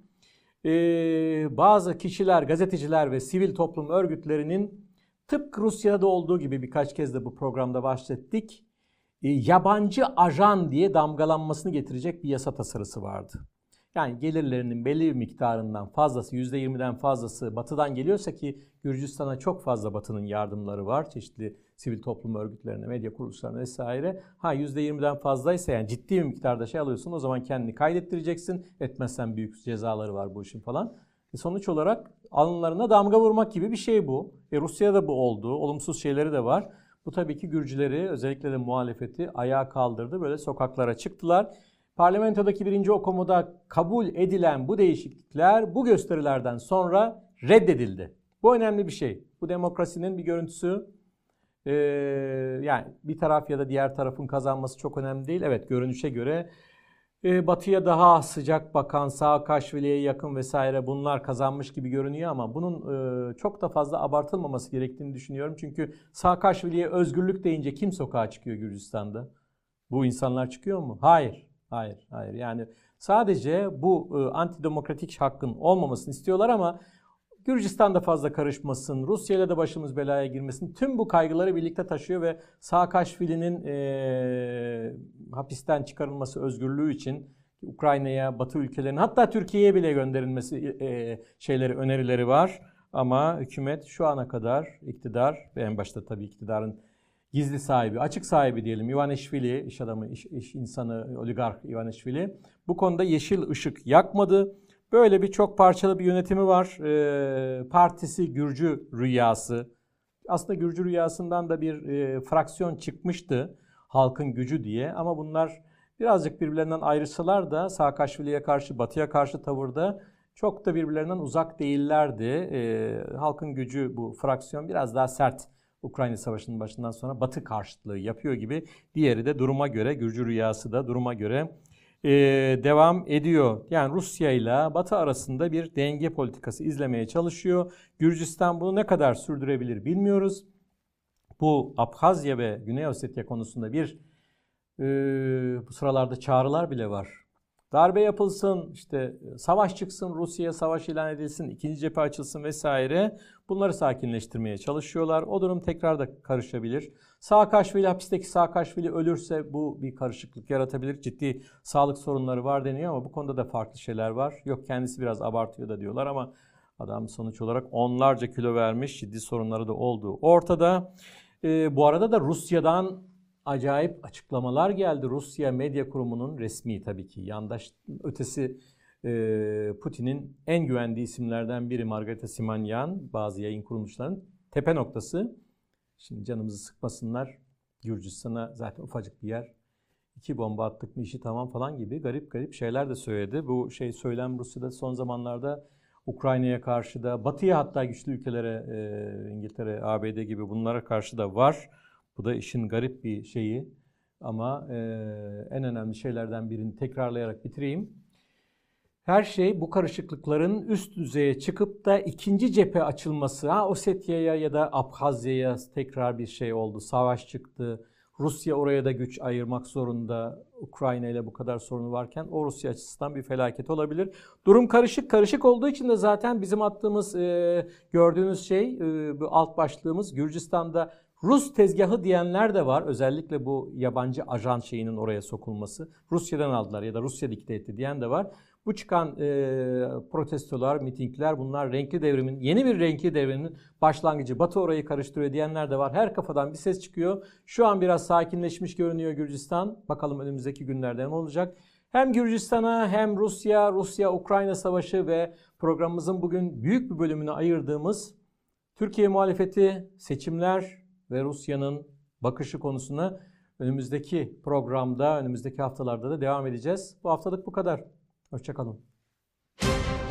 Bazı kişiler, gazeteciler ve sivil toplum örgütlerinin tıpkı Rusya'da olduğu gibi birkaç kez de bu programda bahsettik. Yabancı ajan diye damgalanmasını getirecek bir yasa tasarısı vardı. Yani gelirlerinin belli bir miktarından fazlası, %20'den fazlası Batı'dan geliyorsa, ki Gürcistan'a çok fazla Batı'nın yardımları var. Çeşitli sivil toplum örgütlerine, medya kuruluşlarına vesaire. %20'den fazlaysa, yani ciddi bir miktarda şey alıyorsun, o zaman kendini kaydettireceksin. Etmezsen büyük cezaları var bu işin falan. Sonuç olarak alınlarına damga vurmak gibi bir şey bu. Rusya'da bu oldu. Olumsuz şeyleri de var. Bu tabii ki Gürcüleri, özellikle de muhalefeti ayağa kaldırdı. Böyle sokaklara çıktılar. Parlamentodaki birinci okumada kabul edilen bu değişiklikler bu gösterilerden sonra reddedildi. Bu önemli bir şey. Bu demokrasinin bir görüntüsü. Yani bir taraf ya da diğer tarafın kazanması çok önemli değil. Evet, görünüşe göre Batı'ya daha sıcak bakan, Saakashvili'ye yakın vesaire bunlar kazanmış gibi görünüyor ama bunun çok da fazla abartılmaması gerektiğini düşünüyorum. Çünkü Saakashvili'ye özgürlük deyince kim sokağa çıkıyor Gürcistan'da? Bu insanlar çıkıyor mu? Hayır. Yani sadece bu antidemokratik hakkın olmamasını istiyorlar ama Gürcistan da fazla karışmasın, Rusya ile de başımız belaya girmesin. Tüm bu kaygıları birlikte taşıyor ve Saakashvili'nin hapisten çıkarılması özgürlüğü için Ukrayna'ya, Batı ülkelerine, hatta Türkiye'ye bile gönderilmesi önerileri var. Ama hükümet şu ana kadar, iktidar ve en başta tabii iktidarın gizli sahibi, açık sahibi diyelim, Ivanishvili, iş adamı, iş insanı, oligark Ivanishvili bu konuda yeşil ışık yakmadı. Böyle bir çok parçalı bir yönetimi var. Partisi Gürcü Rüyası. Aslında Gürcü Rüyası'ndan da bir fraksiyon çıkmıştı, Halkın Gücü diye. Ama bunlar birazcık birbirlerinden ayrışsalar da Saakashvili'ye karşı, Batı'ya karşı tavırda çok da birbirlerinden uzak değillerdi. Halkın Gücü, bu fraksiyon biraz daha sert. Ukrayna Savaşı'nın başından sonra Batı karşıtlığı yapıyor gibi. Diğeri de duruma göre, Gürcü Rüyası da duruma göre devam ediyor. Yani Rusya ile Batı arasında bir denge politikası izlemeye çalışıyor. Gürcistan bunu ne kadar sürdürebilir bilmiyoruz. Bu Abhazya ve Güney Ossetya konusunda bu sıralarda çağrılar bile var. darbe yapılsın, işte savaş çıksın, Rusya'ya savaş ilan edilsin, ikinci cephe açılsın vesaire. Bunları sakinleştirmeye çalışıyorlar. O durum tekrar da karışabilir. Hapisteki Saakashvili ölürse bu bir karışıklık yaratabilir. Ciddi sağlık sorunları var deniyor ama bu konuda da farklı şeyler var. Yok kendisi biraz abartıyor da diyorlar ama adam sonuç olarak onlarca kilo vermiş, ciddi sorunları da olduğu ortada. Bu arada da Rusya'dan acayip açıklamalar geldi. Rusya Medya Kurumu'nun resmi tabii ki yandaş ötesi Putin'in en güvendiği isimlerden biri Margarita Simonyan, bazı yayın kuruluşlarının tepe noktası. Şimdi canımızı sıkmasınlar. Gürcistan'a zaten ufacık bir yer. 2 bomba attık mı işi tamam falan gibi garip garip şeyler de söyledi. Bu söylem Rusya'da son zamanlarda Ukrayna'ya karşı da, Batı'ya hatta güçlü ülkelere, İngiltere, ABD gibi bunlara karşı da var. Bu da işin garip bir şeyi ama en önemli şeylerden birini tekrarlayarak bitireyim. Her şey bu karışıklıkların üst düzeye çıkıp da ikinci cephe açılması, Osetya'ya ya da Abhazya'ya tekrar bir şey oldu, savaş çıktı. Rusya oraya da güç ayırmak zorunda. Ukrayna ile bu kadar sorunu varken o Rusya açısından bir felaket olabilir. Durum karışık olduğu için de zaten bizim attığımız, gördüğünüz bu alt başlığımız Gürcistan'da Rus tezgahı diyenler de var. Özellikle bu yabancı ajan şeyinin oraya sokulması. Rusya'dan aldılar ya da Rusya dikte etti diyen de var. Bu çıkan protestolar, mitingler bunlar yeni bir renkli devrimin başlangıcı. Batı orayı karıştırıyor diyenler de var. Her kafadan bir ses çıkıyor. Şu an biraz sakinleşmiş görünüyor Gürcistan. Bakalım önümüzdeki günlerde ne olacak? Hem Gürcistan'a hem Rusya-Ukrayna savaşı ve programımızın bugün büyük bir bölümünü ayırdığımız Türkiye muhalefeti, seçimler ve Rusya'nın bakışı konusuna önümüzdeki programda, önümüzdeki haftalarda da devam edeceğiz. Bu haftalık bu kadar. Hoşça kalın.